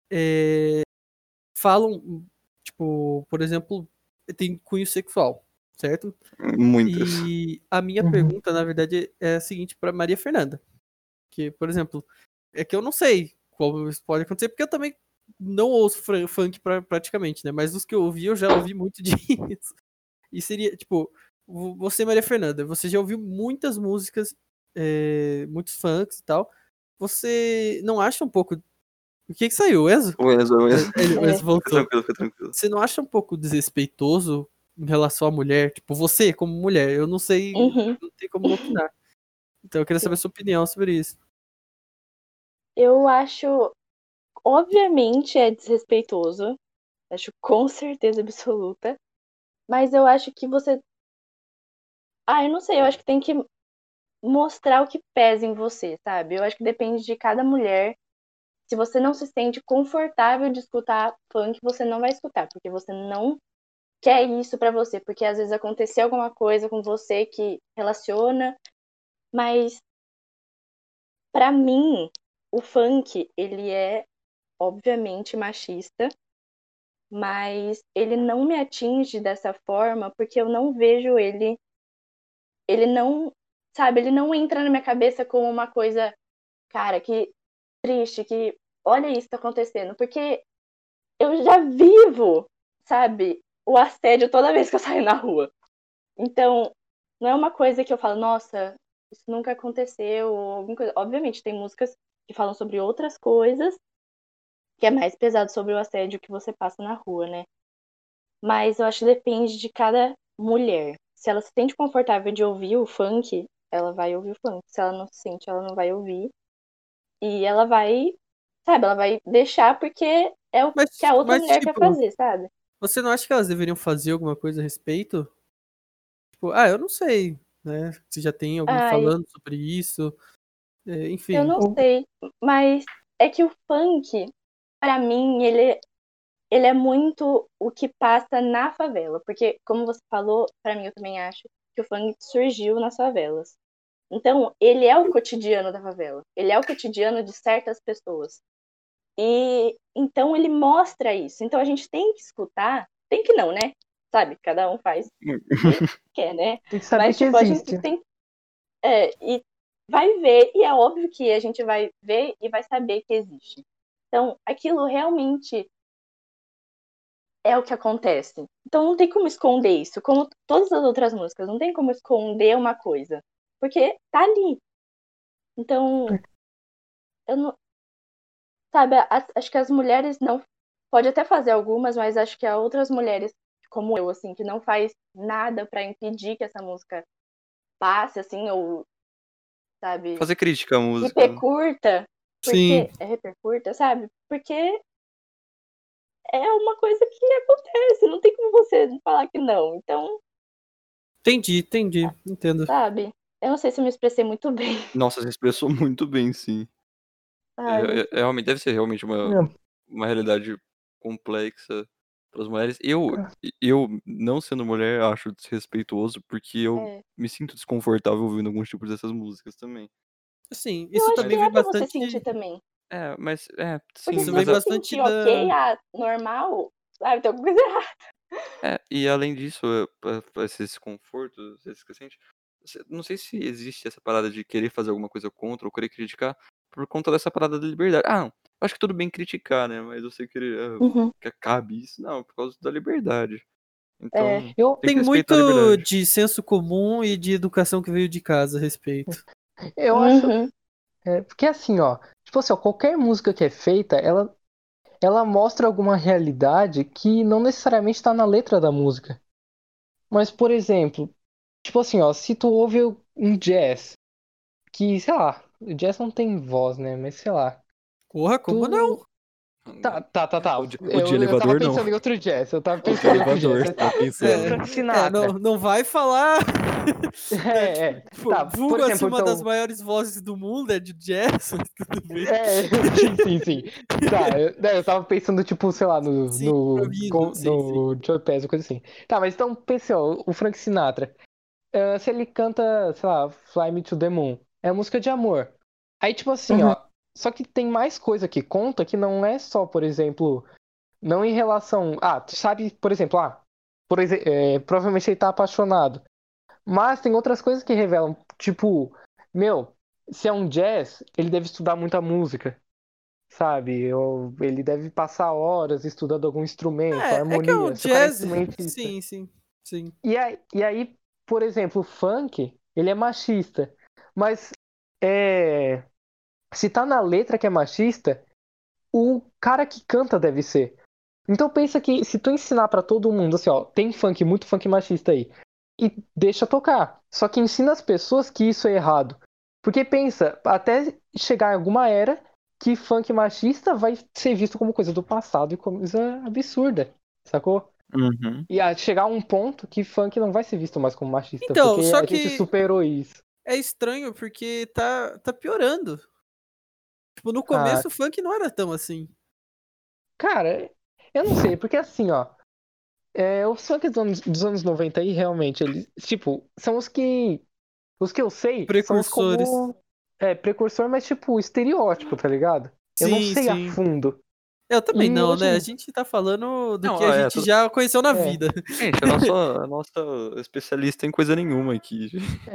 falam, tipo, por exemplo, tem cunho sexual, certo? Muitas. E a minha Uhum. pergunta, na verdade, é a seguinte para Maria Fernanda. Que, por exemplo, é que eu não sei como isso pode acontecer, porque eu também não ouço funk praticamente, né? Mas os que eu ouvi, eu já ouvi muito disso. E seria, tipo, você, Maria Fernanda, você já ouviu muitas músicas, muitos funks e tal. Você não acha um pouco. O que saiu, Enzo? O Enzo. O Enzo Fica voltou. tranquilo. Você não acha um pouco desrespeitoso em relação à mulher? Tipo, você como mulher, eu não sei, Uhum. não tem como opinar. Então eu queria saber a sua opinião sobre isso. Eu acho, obviamente, é desrespeitoso. Acho com certeza absoluta. Mas eu acho que você. Eu não sei, eu acho que tem que mostrar o que pesa em você, sabe? Eu acho que depende de cada mulher. Se você não se sente confortável de escutar funk, você não vai escutar, porque você não quer isso pra você, porque às vezes aconteceu alguma coisa com você que relaciona, mas pra mim, o funk, ele é obviamente machista, mas ele não me atinge dessa forma porque eu não vejo ele não, sabe, ele não entra na minha cabeça como uma coisa, cara, que triste, que olha isso tá acontecendo, porque eu já vivo, sabe, o assédio toda vez que eu saio na rua. Então, não é uma coisa que eu falo, nossa, isso nunca aconteceu, ou alguma coisa. Obviamente, tem músicas que falam sobre outras coisas, que é mais pesado sobre o assédio que você passa na rua, né? Mas eu acho que depende de cada mulher. Se ela se sente confortável de ouvir o funk, ela vai ouvir o funk. Se ela não se sente, ela não vai ouvir. E ela vai, sabe, ela vai deixar porque é o que a outra Mas, mulher quer tipo, fazer, sabe? você não acha que elas deveriam fazer alguma coisa a respeito? Tipo, eu não sei, né? Se já tem alguém Ai, falando sobre isso, eu enfim. não sei. Mas é que o funk, pra mim, ele é muito o que passa na favela. Porque, como você falou, pra mim, eu também acho que o funk surgiu nas favelas. Então, ele é o cotidiano da favela. Ele é o cotidiano de certas pessoas. E então ele mostra isso. Então a gente tem que escutar, tem que não, né? sabe? Cada um faz o que quer, né? Tem que saber Mas, que tipo, a existe. gente tem. E vai ver, e é óbvio que a gente vai ver e vai saber que existe. Então, aquilo realmente é o que acontece. Então, não tem como esconder isso. Como todas as outras músicas, não tem como esconder uma coisa. Porque tá ali. Então, eu não. Sabe, acho que as mulheres não. Pode até fazer algumas, mas acho que há outras mulheres, como eu, assim, que não faz nada pra impedir que essa música passe, assim, ou, sabe, Fazer crítica à música. repercuta. Sim. Porque repercuta, sabe? Porque é uma coisa que acontece, não tem como você falar que não. Então, Entendi, entendo. sabe? Eu não sei se eu me expressei muito bem. Nossa, você expressou muito bem, sim. Ai, mas Realmente, deve ser realmente uma realidade complexa para as mulheres. Eu, não sendo mulher, acho desrespeitoso, porque eu é. me sinto desconfortável ouvindo alguns tipos dessas músicas também. Assim, Eu isso acho também que vem é pra você bastante. sentir também. Sim, Porque se Isso mas vem você bastante sentir ok, normal, sabe? Tem alguma coisa errada. e além disso, pra esse desconforto, você sente, não sei se existe essa parada de querer fazer alguma coisa contra ou querer criticar por conta dessa parada da liberdade. Ah, não, acho que tudo bem criticar, né? Mas você querer que acabe isso, não, por causa da liberdade. Então, Eu, tem Tem que respeitar a muito liberdade. de senso comum e de educação que veio de casa a respeito. eu acho. Porque assim, ó. Tipo assim, ó, qualquer música que é feita, ela mostra alguma realidade que não necessariamente tá na letra da música. Mas, por exemplo, tipo assim, ó, se tu ouve um jazz, que, sei lá, o jazz não tem voz, né? Mas sei lá. Porra, como não? Tá. O de Eu tava elevador, não. pensando em outro jazz. Eu tava O de pensando em outro elevador, jazz. você tá Tem o pensando. Frank Sinatra. Não vai falar. Tá, por Vulgo assim, exemplo, uma das então. maiores vozes do mundo é de jazz, mas tudo bem. Sim. Tá, eu tava pensando, tipo, sei lá, Sim, improviso, sim. no Joe Pass, coisa assim. Tá, mas então pensei, ó, o Frank Sinatra. Se ele canta, sei lá, Fly Me to the Moon, é música de amor. Aí, tipo assim, ó. Só que tem mais coisa que conta que não é só, por exemplo, não em relação. Ah, tu sabe, por exemplo, provavelmente ele tá apaixonado. Mas tem outras coisas que revelam, tipo, meu, se é um jazz, ele deve estudar muita música, sabe? Ou ele deve passar horas estudando algum instrumento, É que é o harmonia, se o cara é jazz. instrumentista. Sim. E aí, por exemplo, o funk, ele é machista. Mas se tá na letra que é machista, o cara que canta deve ser. Então pensa que se tu ensinar pra todo mundo assim, ó, tem funk, muito funk machista aí, e deixa tocar. Só que ensina as pessoas que isso é errado. Porque pensa, até chegar em alguma era que funk machista vai ser visto como coisa do passado e coisa absurda, sacou? Uhum. E a chegar a um ponto que funk não vai ser visto mais como machista, Então, porque só a gente que superou isso. é estranho porque tá piorando. Tipo, no Ah, começo o funk não era tão assim. cara, eu não sei, porque assim, ó, os funk dos anos 90 aí, realmente, eles, tipo, são os que eu sei, são os Precursores. como, precursor, mas tipo, estereótipo, tá ligado? Eu não sei a Sim. fundo. Eu também E não, hoje, né? A gente tá falando do Não, que a gente já conheceu na vida. Gente, a nossa especialista em coisa nenhuma aqui.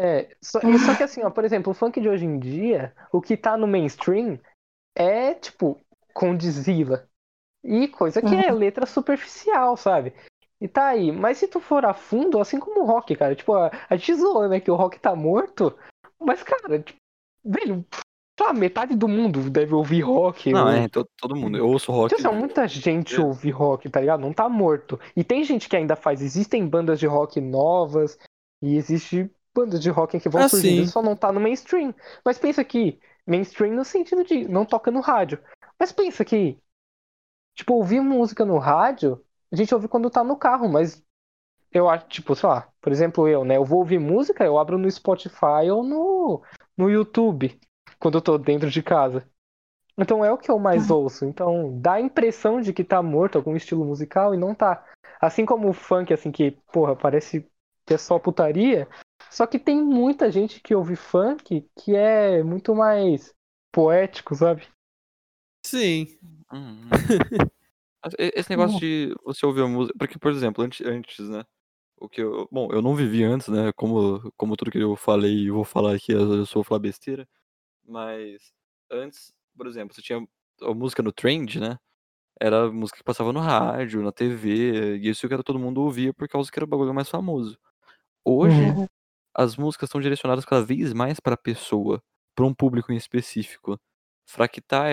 só que assim, ó, por exemplo, o funk de hoje em dia, o que tá no mainstream é, tipo, Condzilla. E coisa que é letra superficial, sabe? E tá aí. Mas se tu for a fundo, assim como o rock, cara, tipo, a gente zoa, né, que o rock tá morto. Mas, cara, tipo, velho, metade do mundo deve ouvir rock. Não, todo mundo. Eu ouço rock. Tipo assim, muita gente ouve rock, tá ligado? Não tá morto. E tem gente que ainda faz. Existem bandas de rock novas. E existe bandas de rock que vão surgindo. Sim. Só não tá no mainstream. Mas pensa que mainstream no sentido de não toca no rádio. Mas pensa que, tipo, ouvir música no rádio, a gente ouve quando tá no carro, mas eu acho, tipo, sei lá, por exemplo, eu, né? Eu vou ouvir música, eu abro no Spotify ou no YouTube, quando eu tô dentro de casa. Então é o que eu mais ouço. Então dá a impressão de que tá morto algum estilo musical e não tá. Assim como o funk, assim, que, porra, parece que é só putaria. Só que tem muita gente que ouve funk que é muito mais poético, sabe? Sim. Uhum. Esse negócio de você ouvir a música. Porque, por exemplo, antes, né? Bom, eu não vivi antes, né? Como tudo que eu falei e vou falar aqui, eu sou falar besteira. Mas antes, por exemplo, você tinha a música no trend, né? Era a música que passava no rádio, na TV, e isso que era todo mundo ouvia por causa que era o bagulho mais famoso. Hoje, Uhum. as músicas estão direcionadas cada vez mais pra pessoa, pra um público em específico. Fractar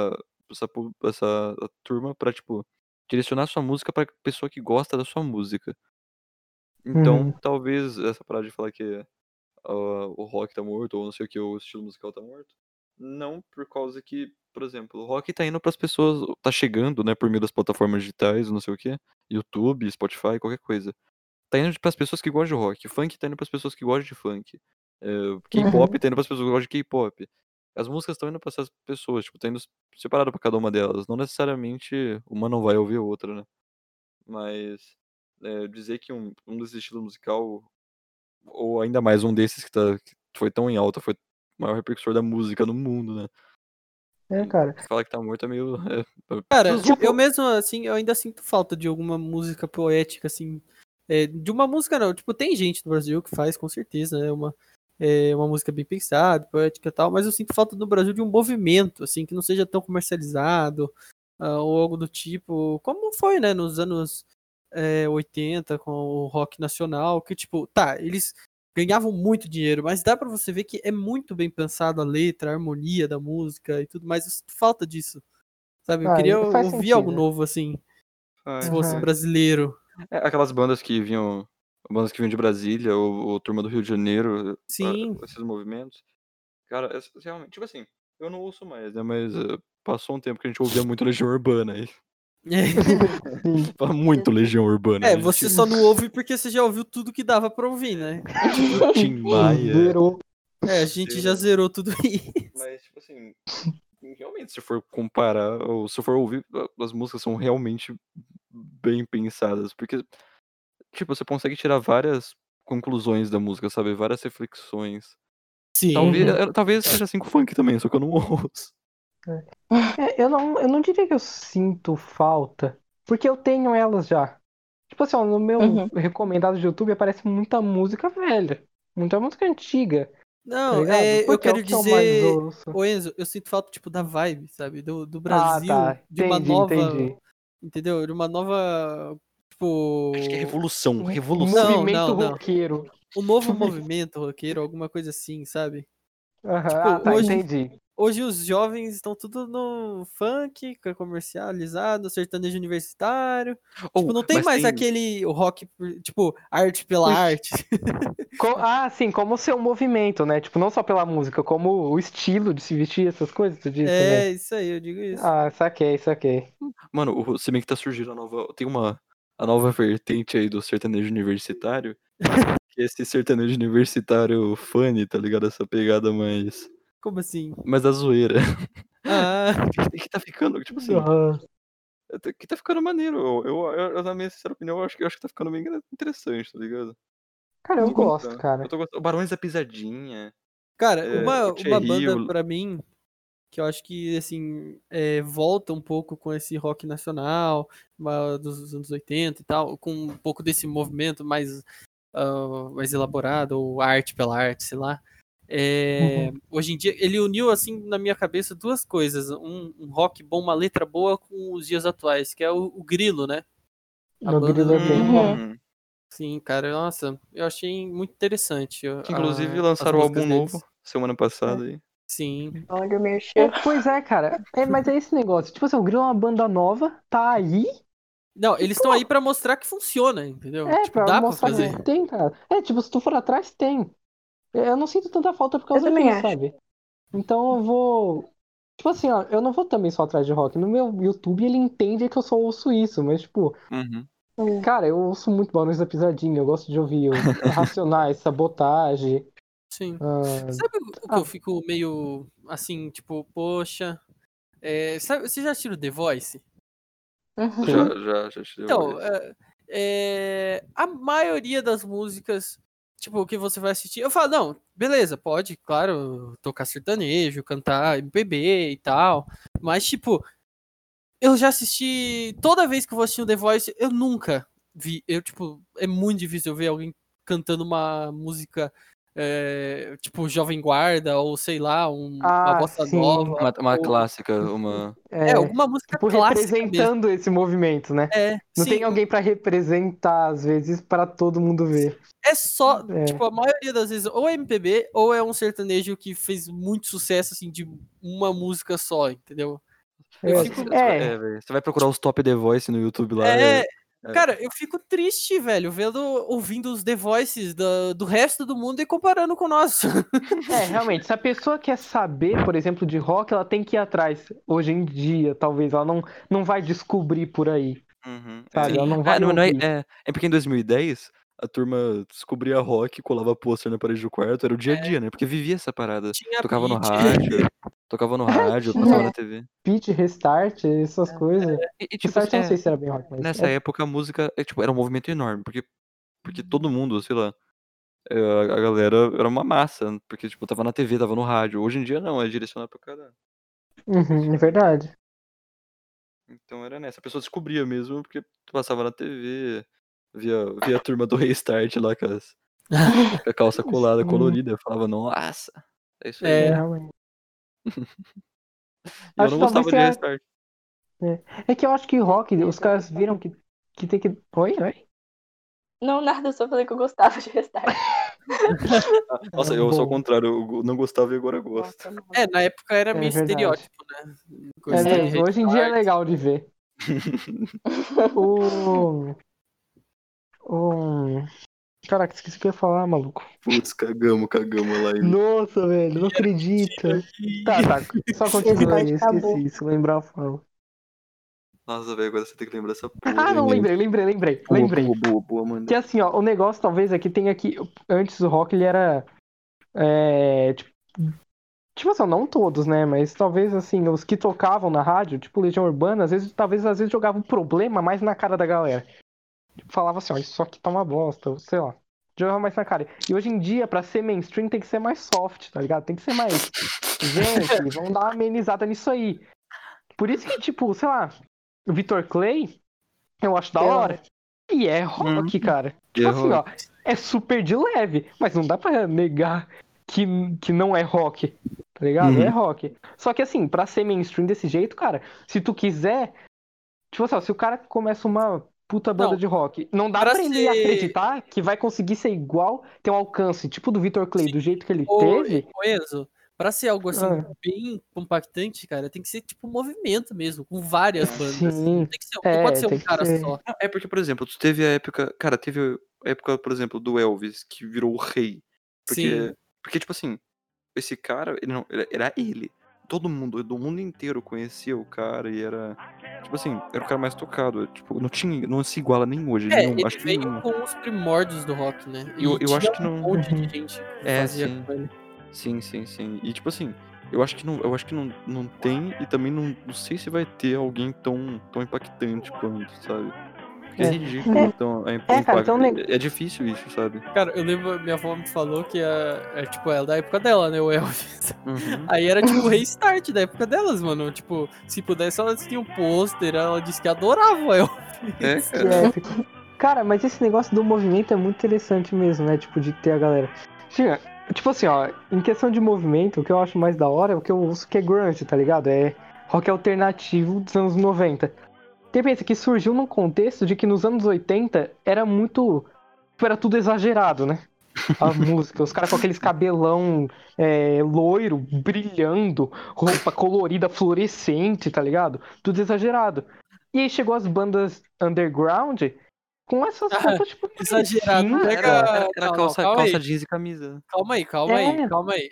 essa turma pra, tipo, direcionar sua música pra pessoa que gosta da sua música. Então, Uhum. talvez essa parada de falar que o rock tá morto, ou não sei o que, o estilo musical tá morto. Não por causa que, por exemplo, o rock tá indo pras pessoas, tá chegando, né, por meio das plataformas digitais, não sei o que, YouTube, Spotify, qualquer coisa. Tá indo pras pessoas que gostam de rock, funk tá indo pras pessoas que gostam de funk, K-pop tá indo pras pessoas que gostam de K-pop. As músicas estão indo pra essas pessoas, tipo, tá indo separado pra cada uma delas. Não necessariamente uma não vai ouvir a outra, né? Mas dizer que um desses estilos musical ou ainda mais um desses que foi tão em alta, foi o maior repercussor da música no mundo, né? Cara. Falar que tá morto é meio. Cara, Tipo- eu mesmo, assim, eu ainda sinto falta de alguma música poética, assim. De uma música, não. Tipo, tem gente no Brasil que faz, com certeza, né? Uma música bem pensada, poética e tal, mas eu sinto falta no Brasil de um movimento, assim, que não seja tão comercializado, ou algo do tipo, como foi, né, nos anos 80, com o rock nacional, que, tipo, tá, eles ganhavam muito dinheiro, mas dá pra você ver que é muito bem pensado a letra, a harmonia da música e tudo mais, eu sinto falta disso. Sabe, eu queria Faz ouvir algo sentido. novo, assim, se fosse Aham. brasileiro. Aquelas bandas que vinham. Bandas que vinham de Brasília, ou Turma do Rio de Janeiro, Sim. esses movimentos. Cara, realmente, tipo assim, eu não ouço mais, né? Mas passou um tempo que a gente ouvia muito Legião Urbana aí. Sim. Muito Legião Urbana. a gente Você só não ouve porque você já ouviu tudo que dava pra ouvir, né? Tim Maia. Zerou. A gente já zerou tudo isso. Mas, tipo assim, realmente, se for comparar, ou se for ouvir, as músicas são realmente bem pensadas. Porque, tipo, você consegue tirar várias conclusões da música, sabe? Várias reflexões. Sim. Talvez seja assim com funk também, só que eu não ouço. Eu não diria que eu sinto falta, porque eu tenho elas já. Tipo assim, ó, no meu Uhum. recomendado de YouTube aparece muita música velha, muita música antiga, tá Não, ligado? eu Porque é o quero que eu mais dizer, ouço. ô Enzo, eu sinto falta, tipo, da vibe, sabe? Do Ah, Brasil, tá. de uma Entendi. nova, entendeu? De uma nova, tipo... Acho que é revolução, Um revolução. movimento não. roqueiro. Um novo movimento roqueiro, alguma coisa assim, sabe? Aham. Tipo, Ah, tá, hoje, entendi. hoje os jovens estão tudo no funk, que é comercializado, sertanejo universitário. Tipo, não tem Mas mais aquele o rock, tipo, arte pela arte. Sim, como ser um movimento, né? Tipo, não só pela música, como o estilo de se vestir, essas coisas, tu disse também. Isso aí, eu digo isso. Ah, saquei. Mano, se bem que tá surgindo a nova vertente aí do sertanejo universitário, que é esse sertanejo universitário funny, tá ligado? Essa pegada Como assim? mais da zoeira. Ah, Que tá ficando, tipo assim, Aham. que tá ficando maneiro. Na minha sincera opinião, eu acho que tá ficando bem interessante, tá ligado? Cara, eu Tô gosto, gostando. cara. Eu tô gostando. O Barões da Pisadinha, cara, o uma Thierry, banda pra mim que eu acho que, assim, volta um pouco com esse rock nacional dos anos 80 e tal, com um pouco desse movimento mais elaborado, ou arte pela arte, sei lá. Hoje em dia, ele uniu, assim, na minha cabeça, duas coisas. Um rock bom, uma letra boa com os dias atuais, que é o Grilo, né? A No banda Grilo é do bem bom. Uhum. Sim, cara, nossa, eu achei muito interessante Que inclusive as lançaram o músicas álbum deles. novo semana passada aí. Sim. Olha o merchan. Pois é, cara. Mas é esse negócio. Tipo assim, o Grilo é uma banda nova, tá aí. Não, eles estão aí pra mostrar que funciona, entendeu? Tipo, Pra dá pra mostrar fazer. que tem, cara. Tipo, se tu for atrás, tem. Eu não sinto tanta falta por Eu causa também disso, acho. sabe? Então eu vou. Tipo assim, ó, eu não vou também só atrás de rock. No meu YouTube ele entende que eu só ouço isso, mas tipo, Uhum. cara, eu ouço muito Barões da Pisadinha, eu gosto de ouvir o Racionais, Sabotagem. Sim. ah, Sabe o que ah, eu fico meio assim, tipo, poxa. Sabe, você já assistiu The Voice? Uhum. Já tirei Então, voz. a maioria das músicas, tipo, que você vai assistir, eu falo, não, beleza, pode, claro, tocar sertanejo, cantar MPB e tal, mas, tipo, eu já assisti. Toda vez que eu vou assistir o The Voice, eu nunca vi. É muito difícil eu ver alguém cantando uma música. Tipo Jovem Guarda, ou sei lá, uma bossa sim. nova. Uma clássica, uma... Alguma música tipo, clássica representando esse movimento, né? Não sim, tem alguém pra representar, às vezes, pra todo mundo ver. é só, tipo, a maioria das vezes, ou é MPB, ou é um sertanejo que fez muito sucesso, assim, de uma música só, entendeu? É, velho. Você vai procurar os top The Voice no YouTube lá. Cara, eu fico triste, velho, ouvindo os The Voices do resto do mundo e comparando com o nosso. Realmente, se a pessoa quer saber, por exemplo, de rock, ela tem que ir atrás. Hoje em dia, talvez, ela não vai descobrir por aí. Sabe? Ela não vai ouvir. É porque em 2010 a turma descobria rock, colava pôster na parede do quarto, era o dia a dia, né? Porque vivia essa parada. Tocava no rádio, passava na TV. Pitch, Restart, essas coisas. Tipo, Restart eu não sei se era bem rock, mas... Nessa época a música, era um movimento enorme, porque todo mundo, sei lá, a galera era uma massa, porque, tipo, tava na TV, tava no rádio. Hoje em dia não, é direcionado pra cada... É verdade. Então era nessa, a pessoa descobria mesmo, porque passava na TV, via a turma do Restart lá com a calça colada, colorida, falava, nossa, é isso aí. Realmente. Eu não gostava de Restart. É que eu acho que rock, os caras viram que tem que... Oi? Não, nada, eu só falei que eu gostava de Restart. Nossa, eu sou ao contrário, eu não gostava e agora eu gosto. Na época era meio verdade. estereótipo, né? Hoje em dia é legal de ver. Caraca, esqueci o que eu ia falar, maluco. Putz, cagamos lá. Nossa, velho, não acredito. Tá, só continua aí, esqueci. Se lembrar, eu falo. Nossa, velho, agora você tem que lembrar essa porra. Não, lembrei. Boa, mano. Que assim, ó, o negócio talvez é que tem aqui... Antes o rock, ele era... Tipo assim, não todos, né? Mas talvez, assim, os que tocavam na rádio, tipo Legião Urbana, às vezes jogavam um problema mais na cara da galera. Tipo, falava assim, ó, isso aqui tá uma bosta, sei lá. Jogava mais na cara. E hoje em dia, pra ser mainstream, tem que ser mais soft, tá ligado? Tem que ser mais... Gente, vamos dar uma amenizada nisso aí. Por isso que, tipo, sei lá, o Vitor Clay, eu acho da hora. E é rock, cara. Tipo assim, ó, é super de leve, mas não dá pra negar que não é rock, tá ligado? É rock. Só que assim, pra ser mainstream desse jeito, cara, se tu quiser... Tipo assim, ó, se o cara começa uma puta banda de rock, não dá pra ele acreditar que vai conseguir ser igual, ter um alcance, tipo do Vitor Clay, do jeito que ele teve. Enzo, pra ser algo assim bem compactante, cara, tem que ser tipo um movimento mesmo, com várias bandas. Sim. Não pode ser um cara só. É porque, por exemplo, tu teve a época... Cara, teve a época, por exemplo, do Elvis, que virou o rei. Porque tipo assim, esse cara, ele não, era ele. Todo mundo do mundo inteiro conhecia o cara e era... Tipo assim, era o cara mais tocado. Tipo, não se iguala nem hoje. Ele acho que veio não. com os primórdios do rock, né? Eu acho que não... Um monte de gente que fazia com ele. Sim. E tipo assim, eu acho que não tem, e também não sei se vai ter alguém tão impactante quanto, sabe? Porque é ridículo. Então, é difícil isso, sabe? Cara, eu lembro, minha avó me falou que tipo, ela da época dela, né, o Elvis. Aí era tipo o Restart da época delas, mano. Tipo, se pudesse, elas tinham um pôster, ela disse que adorava o Elvis. Cara. Cara, mas esse negócio do movimento é muito interessante mesmo, né? Tipo, de ter a galera. Tipo assim, ó, em questão de movimento, o que eu acho mais da hora é o que eu uso que é grunge, tá ligado? É rock alternativo dos anos 90. Você pensa que surgiu num contexto de que nos anos 80 era muito... Era tudo exagerado, né? A música, os caras com aqueles cabelão loiro, brilhando, roupa colorida, fluorescente, tá ligado? Tudo exagerado. E aí chegou as bandas underground com essas roupas, tipo... Exagerado. Era calça jeans e camisa. Calma aí.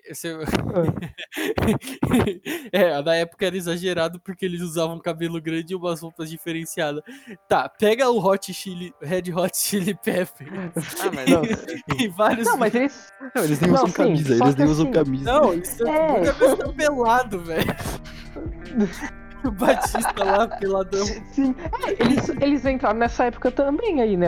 Na época era exagerado porque eles usavam cabelo grande e umas roupas diferenciadas. Tá, pega o Red Hot Chili Peppers. Mas e vários... Não, mas eles... eles nem usam camisa, eles nem usam camisa. Não, isso é cabelo pelado, velho. O Batista lá, peladão. Sim, eles entraram nessa época também aí, né?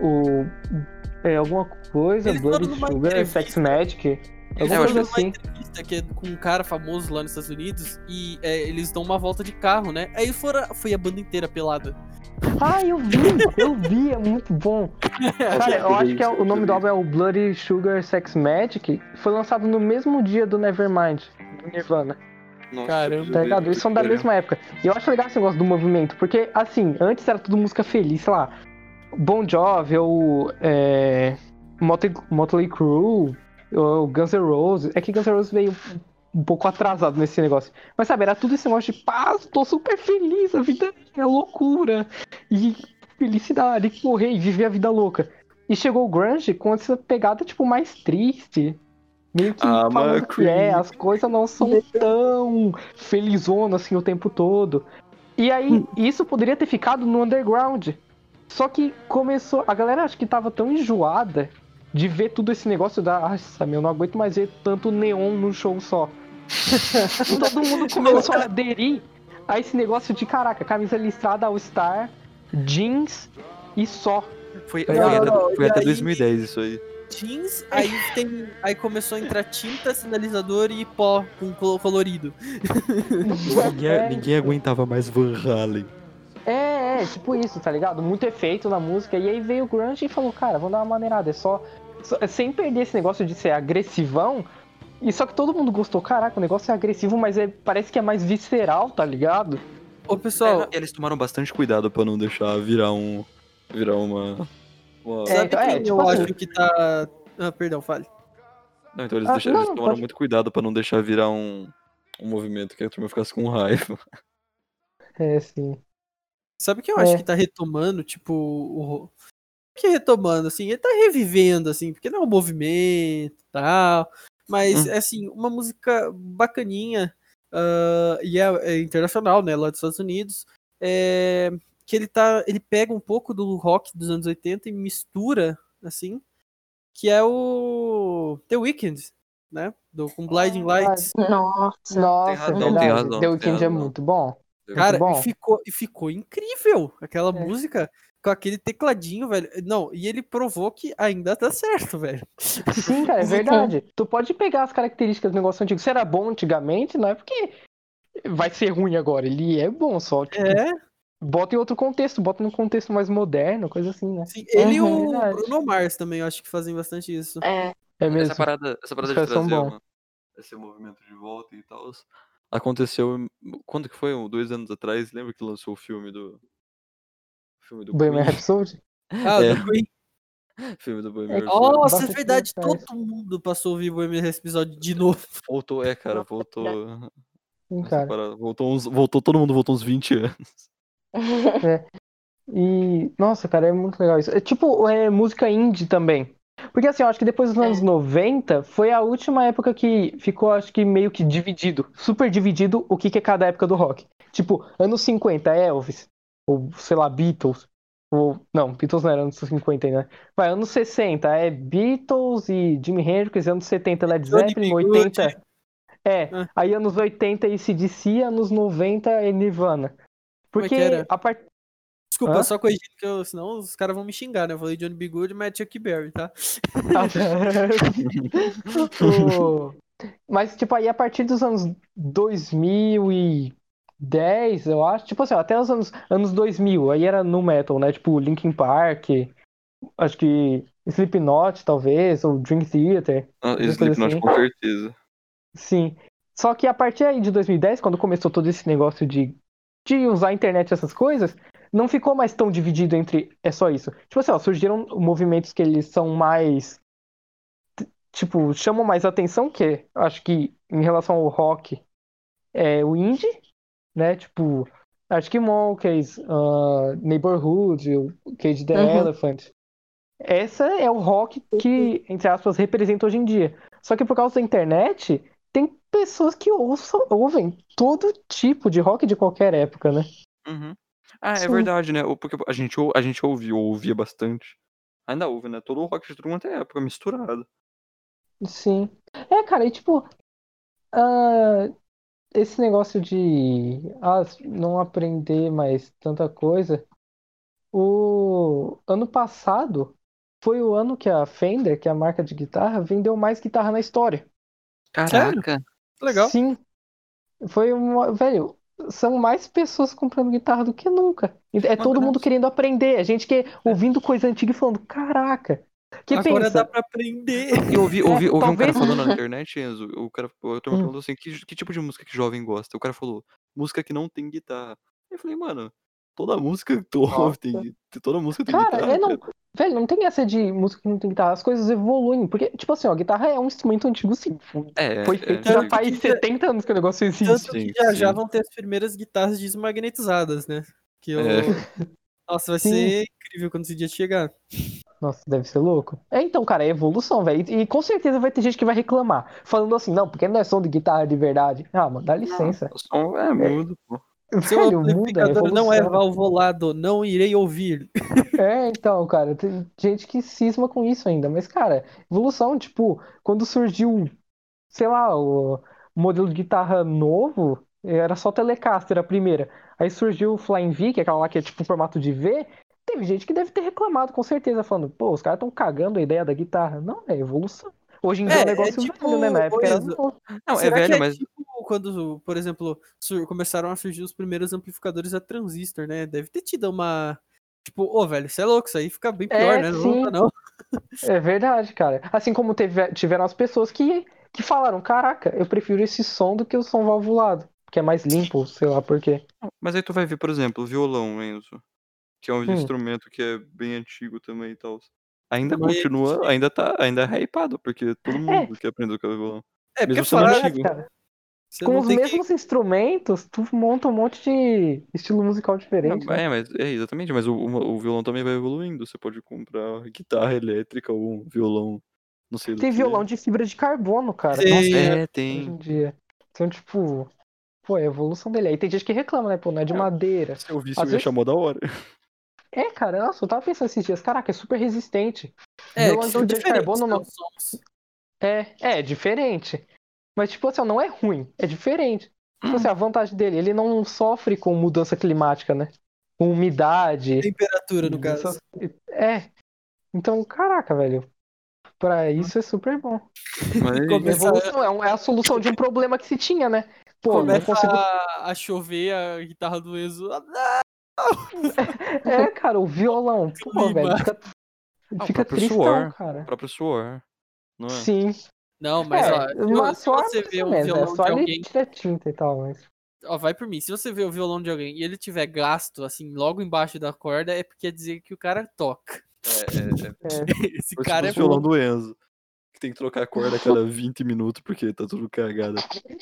Alguma coisa, Eles Blood foram numa Sugar, entrevista. Sex Magic. Eles Alguma foram coisa numa assim. entrevista entrevista que é com um cara famoso lá nos Estados Unidos e eles dão uma volta de carro, né? Aí foi a banda inteira pelada. Ah, eu vi, é muito bom. Cara, eu acho que o nome do álbum é o Bloody Sugar Sex Magic. Foi lançado no mesmo dia do Nevermind, do Nirvana. Nossa, Caramba. Tá ligado? Eles são da mesma época. E eu acho legal esse negócio do movimento, porque, assim, antes era tudo música feliz, sei lá. Bon Jovi, ou Motley Crue, ou Guns N' Roses. É que Guns N' Roses veio um pouco atrasado nesse negócio. Mas sabe, era tudo esse negócio de paz, tô super feliz, a vida é loucura. E felicidade, e correr e viver a vida louca. E chegou o grunge com essa pegada, tipo, mais triste. Meio que falando que as coisas não são tão felizonas assim o tempo todo. E aí, isso poderia ter ficado no underground. Só que começou. A galera acho que tava tão enjoada de ver tudo esse negócio nossa, eu não aguento mais ver tanto neon no show só. E todo mundo começou a aderir a esse negócio de caraca, camisa listrada All Star, jeans e só. Foi Não, até aí- 2010 isso aí. Jeans, aí começou a entrar tinta, sinalizador e pó com colorido. Ninguém aguentava mais Van Halen. Tipo isso, tá ligado? Muito efeito na música. E aí veio o grunge e falou, cara, vamos dar uma maneirada. Sem perder esse negócio de ser agressivão. E só que todo mundo gostou. Caraca, o negócio é agressivo, mas parece que é mais visceral, tá ligado? Ô, pessoal, Eles tomaram bastante cuidado pra não deixar virar uma... sabe quem tipo eu assim- acho que tá... Ah, perdão, fale. Não, então eles, Ah, deixaram, não, eles tomaram pode- muito cuidado pra não deixar virar um movimento que a turma ficasse com raiva. Sim. Sabe quem eu acho É. que tá retomando, tipo, que retomando, assim, ele tá revivendo, assim, porque não é um movimento e tal, mas, é assim, uma música bacaninha, e é internacional, né, lá dos Estados Unidos, que ele pega um pouco do rock dos anos 80 e mistura, assim, que é o The Weeknd, né, com Blinding Lights. Nossa. Nossa, razão, é tem verdade. razão, The tem Weeknd é razão. muito bom. Cara, bom. e ficou incrível aquela música com aquele tecladinho, velho. Não, e ele provou que ainda tá certo, velho. Sim, cara, é verdade. Tu pode pegar as características do negócio antigo. Se era bom antigamente, não é porque vai ser ruim agora. Ele é bom, só tipo, bota em outro contexto, bota num contexto mais moderno, coisa assim, né? Sim, ele e o verdade. Bruno Mars também, eu acho que fazem bastante isso. É mesmo. Essa parada Os de caras são trazer bons. esse movimento de volta e tal, aconteceu, quando que foi? 2 anos atrás, lembra que lançou o filme do Bohemian Queen? Rhapsody? Ah, É. do Queen. Filme do Bohemian Rhapsody. Nossa, é Bastante verdade, tempo atrás. todo mundo passou a ouvir o Bohemian nesse episódio de novo. Voltou, cara, voltou. Sim, Essa cara. parada, todo mundo voltou uns 20 anos. E, nossa, cara, é muito legal isso. É tipo música indie também. Porque assim, eu acho que depois dos anos 90 foi a última época que ficou, acho que meio que dividido, super dividido o que é cada época do rock. Tipo, anos 50 é Elvis, ou sei lá, Beatles. Não, Beatles não era anos 50 ainda, né? Vai, anos 60 é Beatles e Jimi Hendrix, anos 70 Led Johnny Zeppelin, B. 80 Ah. aí anos 80 AC/DC, anos 90 é Nirvana. Como é que Porque era? a partir Desculpa, Hã? só corrigindo, senão os caras vão me xingar, né? Eu falei Johnny B. Good, mas é Chuck Berry, tá? Mas, tipo, aí a partir dos anos 2010, eu acho, tipo assim, até os anos 2000, aí era no metal, né? Tipo, Linkin Park, acho que Slipknot, talvez, ou Dream Theater, alguma coisa Slipknot, assim. com certeza. Sim. Só que a partir aí de 2010, quando começou todo esse negócio de usar a internet e essas coisas, não ficou mais tão dividido entre é só isso. Tipo assim, ó, surgiram movimentos que eles são mais tipo, chamam mais atenção que acho que em relação ao rock é o indie, né? Tipo, Arctic Monkeys, Neighborhood, o Cage the Elephant. Essa é o rock que, entre aspas, representa hoje em dia. Só que por causa da internet, tem pessoas que ouvem todo tipo de rock de qualquer época, né? Uhum. Ah, é Sim. verdade, né? Porque a gente ouvia bastante. Ainda ouve, né? Todo o rock de tudo quanto é época, misturado. Sim. Cara, e tipo, esse negócio de não aprender mais tanta coisa. O ano passado foi o ano que a Fender, que é a marca de guitarra, vendeu mais guitarra na história. Caraca! Legal. Sim, foi uma. Velho, são mais pessoas comprando guitarra do que nunca. É todo mundo querendo aprender. A gente que ouvindo coisa antiga e falando, caraca. Que Agora dá pensa, pra aprender. Eu ouvi um cara talvez. falando na internet, Enzo, a turma Hum. perguntou assim, que tipo de música que jovem gosta? O cara falou, música que não tem guitarra. Eu falei, mano, toda música que tu ouve toda música tem Cara, guitarra, não. cara. Velho, não tem essa de música que não tem guitarra. As coisas evoluem. Porque, tipo assim, ó, a guitarra é um instrumento antigo, sim. Foi feito já antigo. faz 70 anos que o negócio existe. Tanto que Sim, já sim. vão ter as primeiras guitarras desmagnetizadas, né? Que eu... Nossa, vai Sim. ser incrível quando esse dia chegar. Nossa, deve ser louco. Então, cara, é evolução, velho. E com certeza vai ter gente que vai reclamar. Falando assim, não, porque não é som de guitarra de verdade. Ah, mano, dá licença. O som é mudo, pô. Seu Velho, muda, é amplificador não é evolução. valvulado, não irei ouvir. Então, cara, tem gente que cisma com isso ainda. Mas, cara, evolução, tipo, quando surgiu, sei lá, o modelo de guitarra novo, era só Telecaster a primeira. Aí surgiu o Flying V, que é aquela lá que é tipo um formato de V. Teve gente que deve ter reclamado, com certeza, falando, pô, os caras estão cagando a ideia da guitarra. Não, é evolução. Hoje em dia é um negócio velho, né? Na época era Enzo, novo. Não, será é velho, que mas tipo quando, por exemplo, começaram a surgir os primeiros amplificadores a transistor, né? Deve ter tido uma... Tipo, ô, velho, isso é louco, isso aí fica bem pior, né? Não, Sim. não. É verdade, cara. Assim como tiveram as pessoas que falaram, caraca, eu prefiro esse som do que o som valvulado, que é mais limpo, sei lá por quê. Mas aí tu vai ver, por exemplo, o violão, Enzo, que é um Hum. instrumento que é bem antigo também e tal. Ainda Mas- continua, ainda é hypado, porque todo mundo quer aprender a tocar violão. É, porque Mesmo sendo falaram, antigo. Cara, você com não os tem que... mesmos instrumentos, tu monta um monte de estilo musical diferente, né? Mas exatamente, mas o violão também vai evoluindo. Você pode comprar guitarra elétrica ou um violão, não sei do Tem que. violão de fibra de carbono, cara. Sim. Nossa, Hoje tem. em dia. Então, tipo, pô, é a evolução dele. Aí tem gente que reclama, né? Pô, não é de madeira. Se eu visse, Às eu ia vezes, chamar da hora. cara, nossa, eu tava pensando esses dias, caraca, é super resistente. É, Violão que de são fibra de diferentes, carbono né, não. os sons. É diferente. Mas, tipo assim, ó, não é ruim, é diferente. Tipo assim, a vantagem dele, ele não sofre com mudança climática, né? Com umidade. Temperatura, no caso. Então, caraca, velho. Pra isso é super bom. Mas Começa, Evolução é a solução de um problema que se tinha, né? Pô, não começa consigo. a chover a guitarra do Enzo. Cara, o violão. Pô, Clima. velho, o fica próprio tristão, suor. O cara. próprio suor. Não é? Sim. Não, mas ó, Mas se só você mais vê ou o menos, violão só de ele alguém, tira tinta e tal, mas. ó, vai por mim. Se você vê o violão de alguém e ele tiver gasto, assim, logo embaixo da corda, é porque quer dizer que o cara toca. Esse Por cara é o violão bom. do Enzo. Que tem que trocar a corda a cada 20 minutos porque tá tudo cagado.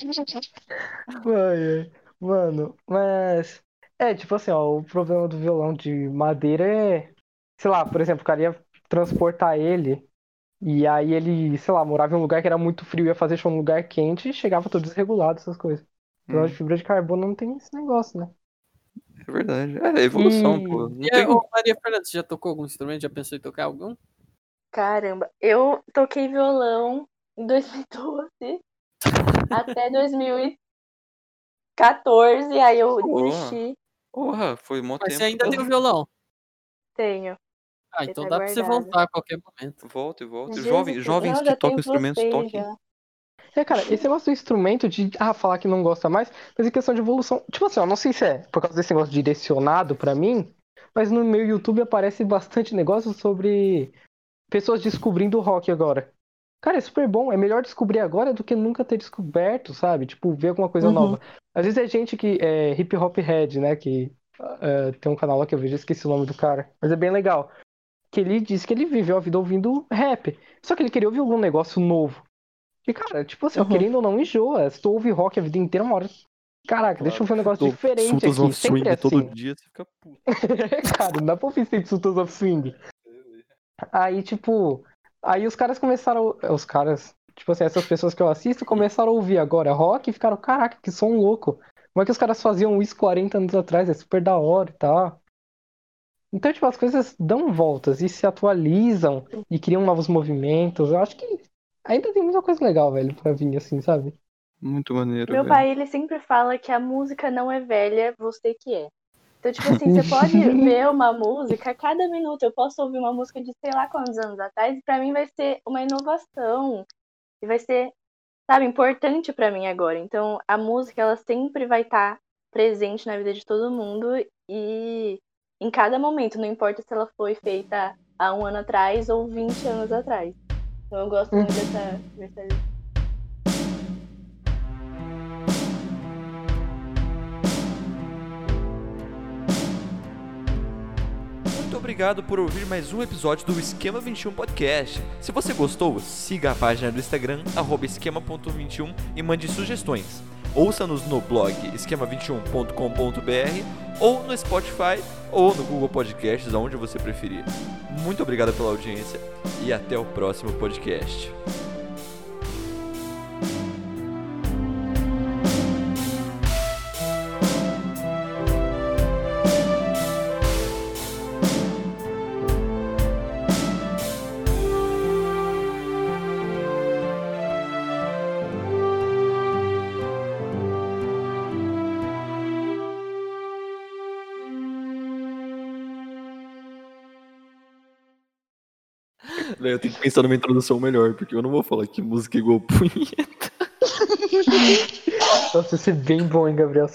Mano, mas. Tipo assim, ó, o problema do violão de madeira é. Sei lá, por exemplo, o cara ia transportar ele. E aí ele, sei lá, morava em um lugar que era muito frio, ia fazer show num lugar quente e chegava todo desregulado, essas coisas. Violão de fibra de carbono não tem esse negócio, né? É verdade. É evolução, pô. Não tem... Ô, Maria Fernanda, você já tocou algum instrumento? Já pensou em tocar algum? Caramba, eu toquei violão em 2012 até 2014, aí eu desisti. Porra, foi mó Mas tempo. você ainda tem o violão. Tenho. Ah, Ele então tá dá pra você guardado. voltar a qualquer momento. Volta. Jesus, Jovens não, que já tocam tenho instrumentos, vocês, toquem. já. Cara, esse negócio do instrumento de falar que não gosta mais, mas em questão de evolução. Tipo assim, eu não sei se é por causa desse negócio direcionado pra mim, mas no meu YouTube aparece bastante negócio sobre pessoas descobrindo o rock agora. Cara, é super bom. É melhor descobrir agora do que nunca ter descoberto, sabe? Tipo, ver alguma coisa nova. Às vezes é gente que é hip hop head, né? Que tem um canal lá que eu vejo, esqueci o nome do cara. Mas é bem legal. Que ele disse que ele viveu a vida ouvindo rap. Só que ele queria ouvir algum negócio novo. E, cara, tipo assim, ó, querendo ou não, enjoa. Se tu ouve rock a vida inteira, uma hora. Caraca, deixa eu ver um negócio diferente Sultans aqui. of Sempre Swing é todo assim. dia, você fica puto. Cara, não dá pra ouvir sempre Sultans of Swing. Aí, tipo. Aí os caras começaram. Os caras. Tipo assim, essas pessoas que eu assisto começaram a ouvir agora rock e ficaram, caraca, que som louco. Como é que os caras faziam isso 40 anos atrás? É super da hora e tal. Então, tipo, as coisas dão voltas e se atualizam e criam novos movimentos. Eu acho que ainda tem muita coisa legal, velho, pra vir, assim, sabe? Muito maneiro, Meu velho. pai, ele sempre fala que a música não é velha, você que é. Então, tipo assim, você pode ver uma música a cada minuto. Eu posso ouvir uma música de sei lá quantos anos atrás e pra mim vai ser uma inovação. E vai ser sabe, importante pra mim agora. Então, a música, ela sempre vai estar presente na vida de todo mundo e em cada momento, não importa se ela foi feita há 1 ano atrás ou 20 anos atrás. Então, eu gosto muito dessa versatilidade. Muito obrigado por ouvir mais um episódio do Esquema 21 Podcast. Se você gostou, siga a página do Instagram, @esquema.21 e mande sugestões. Ouça-nos no blog esquema21.com.br ou no Spotify ou no Google Podcasts, aonde você preferir. Muito obrigado pela audiência e até o próximo podcast. Eu tenho que pensar numa introdução melhor, porque eu não vou falar que música é igual punheta. Nossa, isso é bem bom, hein, Gabriel?